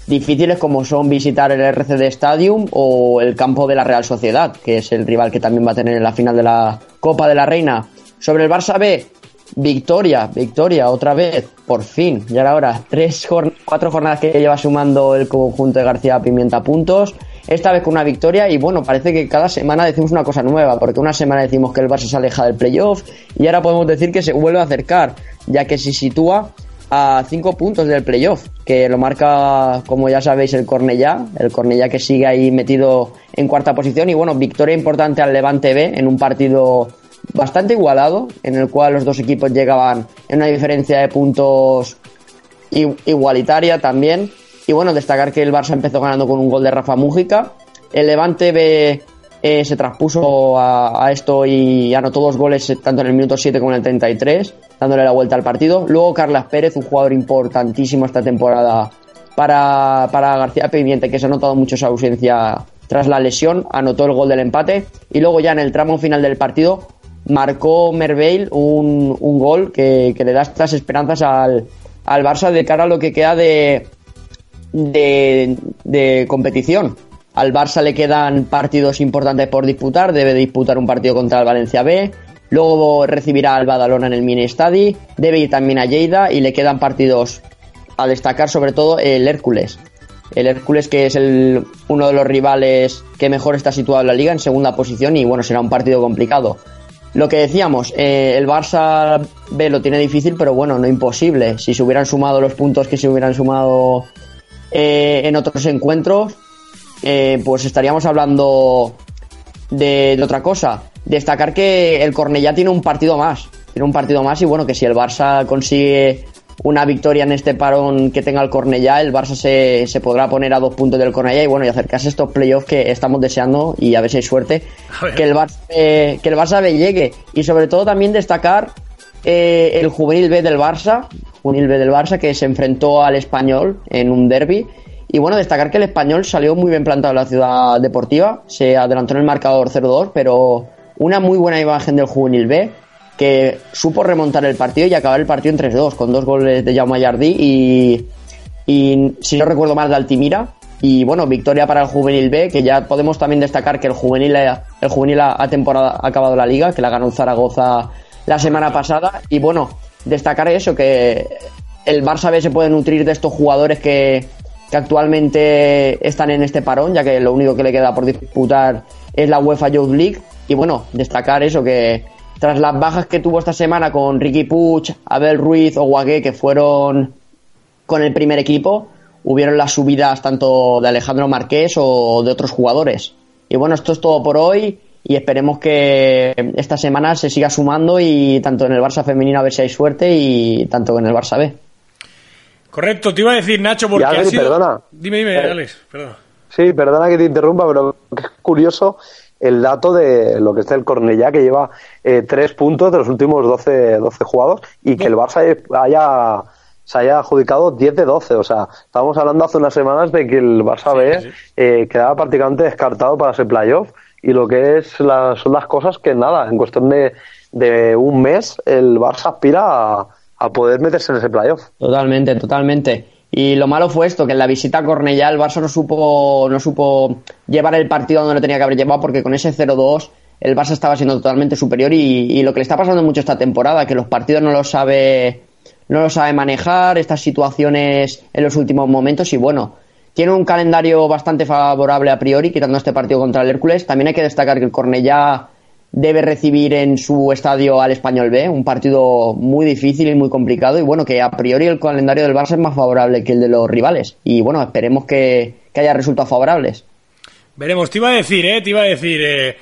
difíciles como son visitar el RCD Stadium o el campo de la Real Sociedad, que es el rival que también va a tener en la final de la Copa de la Reina. Sobre el Barça B, victoria otra vez, por fin. Ya era hora, 4 jornadas que lleva sumando el conjunto de García Pimienta puntos. Esta vez con una victoria y bueno, parece que cada semana decimos una cosa nueva, porque una semana decimos que el Barça se aleja del playoff y ahora podemos decir que se vuelve a acercar, ya que se sitúa a 5 puntos del playoff, que lo marca, como ya sabéis, el Cornellá que sigue ahí metido en cuarta posición. Y bueno, victoria importante al Levante B en un partido bastante igualado, en el cual los dos equipos llegaban en una diferencia de puntos igualitaria también. Y bueno, destacar que el Barça empezó ganando con un gol de Rafa Mújica. El Levante B se traspuso a esto y anotó 2 goles tanto en el minuto 7 como en el 33, dándole la vuelta al partido. Luego Carlas Pérez, un jugador importantísimo esta temporada para García Pimienta, que se ha notado mucho su ausencia tras la lesión, anotó el gol del empate. Y luego ya en el tramo final del partido marcó Merveil un gol que le da estas esperanzas al Barça de cara a lo que queda de competición. Al Barça le quedan partidos importantes por disputar, debe disputar un partido contra el Valencia B, luego recibirá al Badalona en el Mini Estadi, debe ir también a Lleida y le quedan partidos a destacar, sobre todo el Hércules, que es uno de los rivales que mejor está situado en la liga, en segunda posición, y bueno, será un partido complicado. Lo que decíamos, el Barça B lo tiene difícil, pero bueno, no imposible. Si se hubieran sumado los puntos que se hubieran sumado en otros encuentros, pues estaríamos hablando de otra cosa. Destacar que el Cornellá tiene un partido más y bueno, que si el Barça consigue una victoria en este parón que tenga el Cornellá, el Barça se podrá poner a 2 puntos del Cornellá y bueno, y acercarse a estos playoffs que estamos deseando, y a ver si hay suerte que el Barça B llegue. Y sobre todo también destacar el Juvenil B del Barça, que se enfrentó al Español en un derbi. Y bueno, destacar que el Español salió muy bien plantado en la Ciudad Deportiva, se adelantó en el marcador 0-2, pero una muy buena imagen del Juvenil B, que supo remontar el partido y acabar el partido en 3-2, con 2 goles de Jaume Jardí y si no recuerdo mal, de Altimira. Y bueno, victoria para el Juvenil B, que ya podemos también destacar que el Juvenil ha acabado la liga, que la ganó el Zaragoza la semana pasada. Y bueno, destacar eso, que el Barça B se puede nutrir de estos jugadores que actualmente están en este parón, ya que lo único que le queda por disputar es la UEFA Youth League. Y bueno, destacar eso, que tras las bajas que tuvo esta semana con Riqui Puig, Abel Ruiz o Guagué, que fueron con el primer equipo, hubieron las subidas tanto de Alejandro Marqués o de otros jugadores. Y bueno, esto es todo por hoy y esperemos que esta semana se siga sumando, y tanto en el Barça femenino a ver si hay suerte, y tanto en el Barça B. Correcto, te iba a decir, Nacho, porque Alex, ha sido... Perdona. Dime, Alex, perdona. Sí, perdona que te interrumpa, pero es curioso el dato de lo que está el Cornellá, que lleva 3 puntos de los últimos 12 jugados, y que el Barça se haya adjudicado 10 de 12. O sea, estábamos hablando hace unas semanas de que el Barça B quedaba prácticamente descartado para ese playoff, y lo que son las cosas que nada, en cuestión de un mes el Barça aspira a poder meterse en ese playoff. Totalmente. Y lo malo fue esto, que en la visita a Cornellá el Barça no supo llevar el partido donde lo tenía que haber llevado, porque con ese 0-2 el Barça estaba siendo totalmente superior, y lo que le está pasando mucho esta temporada, que los partidos no lo sabe manejar, estas situaciones en los últimos momentos. Y bueno, tiene un calendario bastante favorable a priori, quitando este partido contra el Hércules. También hay que destacar que el Cornellá debe recibir en su estadio al Español B, un partido muy difícil y muy complicado, y bueno, que a priori el calendario del Barça es más favorable que el de los rivales, y bueno, esperemos que haya resultados favorables. Veremos. Te iba a decir,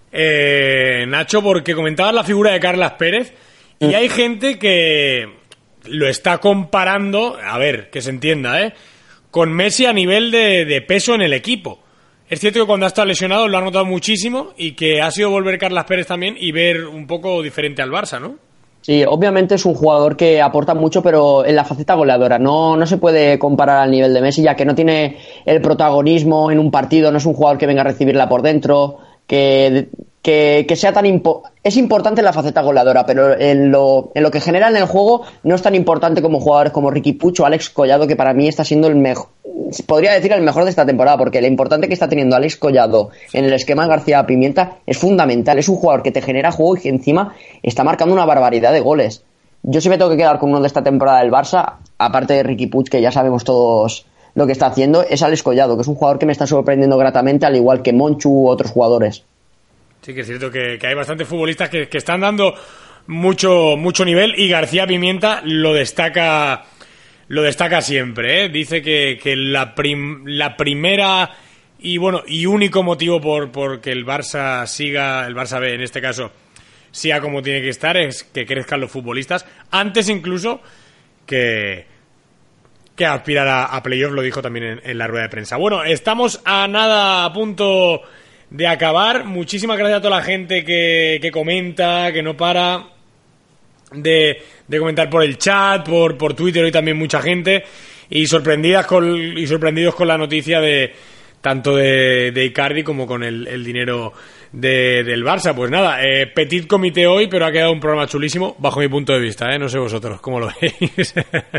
Nacho, porque comentabas la figura de Carlas Pérez, y hay gente que lo está comparando, a ver, que se entienda, con Messi a nivel de peso en el equipo. Es cierto que cuando ha estado lesionado lo ha notado muchísimo, y que ha sido volver Carlas Pérez también y ver un poco diferente al Barça, ¿no? Sí, obviamente es un jugador que aporta mucho, pero en la faceta goleadora no se puede comparar al nivel de Messi, ya que no tiene el protagonismo en un partido, no es un jugador que venga a recibirla por dentro, que sea tan es importante en la faceta goleadora, pero en lo que genera en el juego no es tan importante como jugadores como Riqui Puig o Alex Collado, que para mí está siendo podría decir el mejor de esta temporada, porque lo importante que está teniendo Alex Collado en el esquema García Pimienta es fundamental. Es un jugador que te genera juego y que encima está marcando una barbaridad de goles. Yo sí me tengo que quedar con uno de esta temporada del Barça, aparte de Riqui Puig, que ya sabemos todos lo que está haciendo, es Alex Collado, que es un jugador que me está sorprendiendo gratamente, al igual que Monchu u otros jugadores. Sí que es cierto que hay bastantes futbolistas que están dando mucho nivel, y García Pimienta lo destaca siempre, ¿eh? Dice que la primera y único motivo por que el Barça siga, el Barça B en este caso, siga como tiene que estar, es que crezcan los futbolistas, antes incluso que aspirar a playoff, lo dijo también en la rueda de prensa. Bueno, estamos a punto de acabar. Muchísimas gracias a toda la gente que comenta, que no para de comentar por el chat, por Twitter, hoy también mucha gente, y sorprendidos con la noticia de tanto de Icardi como con el dinero del Barça. Pues nada, petit comité hoy, pero ha quedado un programa chulísimo bajo mi punto de vista, no sé vosotros cómo lo veis.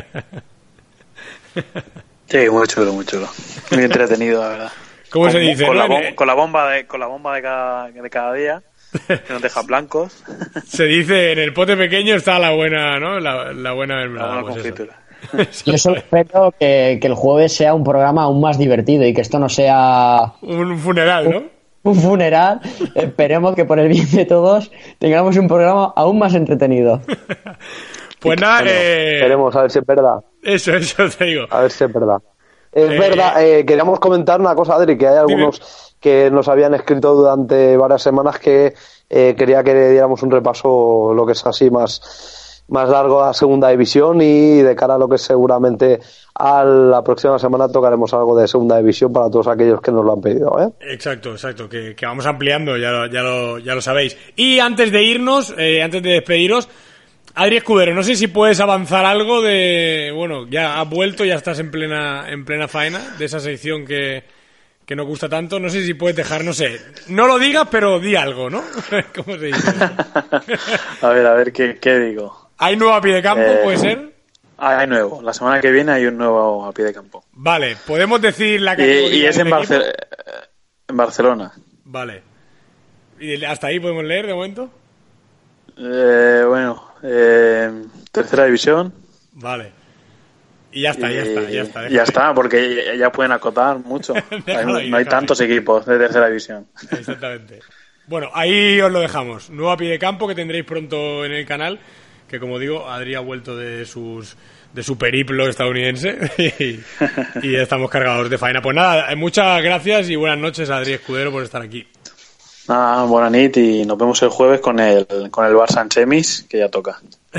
Sí, muy chulo, muy entretenido, la verdad. ¿Cómo se dice? Con la bomba de cada día, que nos deja blancos. Se dice, en el pote pequeño está la buena, ¿no? La buena mermelada. La buena confitura. Yo solo espero que el jueves sea un programa aún más divertido y que esto no sea un funeral, ¿no? Un funeral. Esperemos que por el bien de todos tengamos un programa aún más entretenido. Pues nada, esperemos a ver si es verdad. Eso te digo. A ver si es verdad. Es verdad, queríamos comentar una cosa, Adri, que hay algunos que nos habían escrito durante varias semanas que quería que le diéramos un repaso, lo que es así más largo, a segunda división, y de cara a lo que es seguramente a la próxima semana tocaremos algo de segunda división para todos aquellos que nos lo han pedido, ¿eh? Exacto, que vamos ampliando, ya lo sabéis. Y antes de irnos, antes de despediros, Adri Escudero, no sé si puedes avanzar algo de... Bueno, ya has vuelto, ya estás en plena faena de esa sección que nos gusta tanto. No sé si puedes dejar, no sé, no lo digas, pero di algo, ¿no? ¿Cómo se dice? A ver, ¿qué digo? ¿Hay nuevo a pie de campo, puede ser? Hay nuevo. La semana que viene hay un nuevo a pie de campo. Vale, ¿podemos decir la categoría? Y es en Barcelona. Vale. ¿Y hasta ahí podemos leer de momento? Tercera división. Vale. Y ya está. Ya está, porque ya pueden acotar mucho. No hay tantos equipos de tercera división. Exactamente. Bueno, ahí os lo dejamos. Nuevo a pie de campo que tendréis pronto en el canal, que como digo, Adri ha vuelto de su periplo estadounidense y ya estamos cargados de faena. Pues nada, muchas gracias y buenas noches a Adri Escudero por estar aquí. Nada, buena nit, y nos vemos el jueves con el Barça en semis, que ya toca.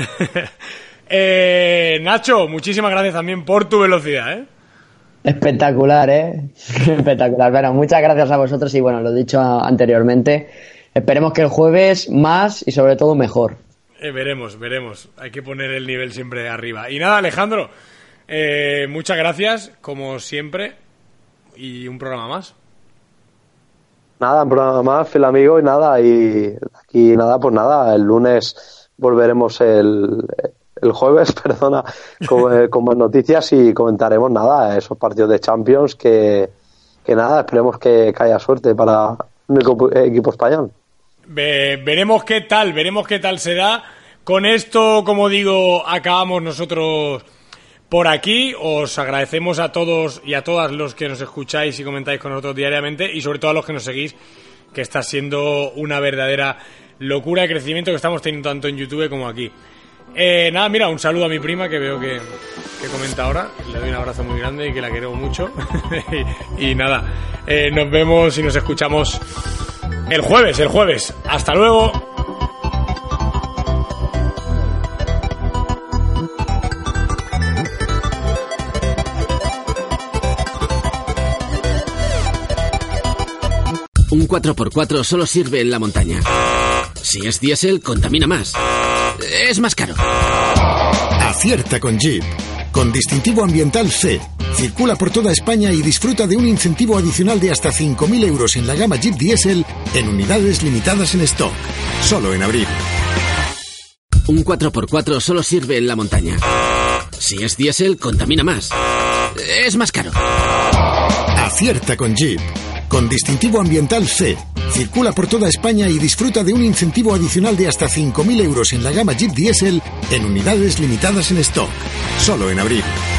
Nacho, muchísimas gracias también por tu velocidad, ¿eh? Espectacular, espectacular. Bueno, muchas gracias a vosotros y bueno, lo he dicho anteriormente, esperemos que el jueves más y sobre todo mejor. Veremos, hay que poner el nivel siempre arriba. Y nada, Alejandro, muchas gracias como siempre, y un programa más. Nada, un programa más, fiel amigo, y aquí pues nada, el lunes volveremos el jueves, con más noticias, y comentaremos esos partidos de Champions que nada, esperemos que haya suerte para el equipo español. Veremos qué tal se da. Con esto, como digo, acabamos nosotros por aquí. Os agradecemos a todos y a todas los que nos escucháis y comentáis con nosotros diariamente, y sobre todo a los que nos seguís, que está siendo una verdadera locura de crecimiento que estamos teniendo tanto en YouTube como aquí. Nada, mira, un saludo a mi prima, que veo que comenta ahora. Le doy un abrazo muy grande y que la quiero mucho. y nada, nos vemos y nos escuchamos el jueves. Hasta luego. Un 4x4 solo sirve en la montaña. Si es diésel, contamina más. Es más caro. Acierta con Jeep. Con distintivo ambiental C. Circula por toda España y disfruta de un incentivo adicional de hasta 5.000 euros en la gama Jeep Diesel en unidades limitadas en stock. Solo en abril. Un 4x4 solo sirve en la montaña. Si es diésel, contamina más. Es más caro. Acierta con Jeep. Con distintivo ambiental C. Circula por toda España y disfruta de un incentivo adicional de hasta 5.000 euros en la gama Jeep Diesel en unidades limitadas en stock. Solo en abril.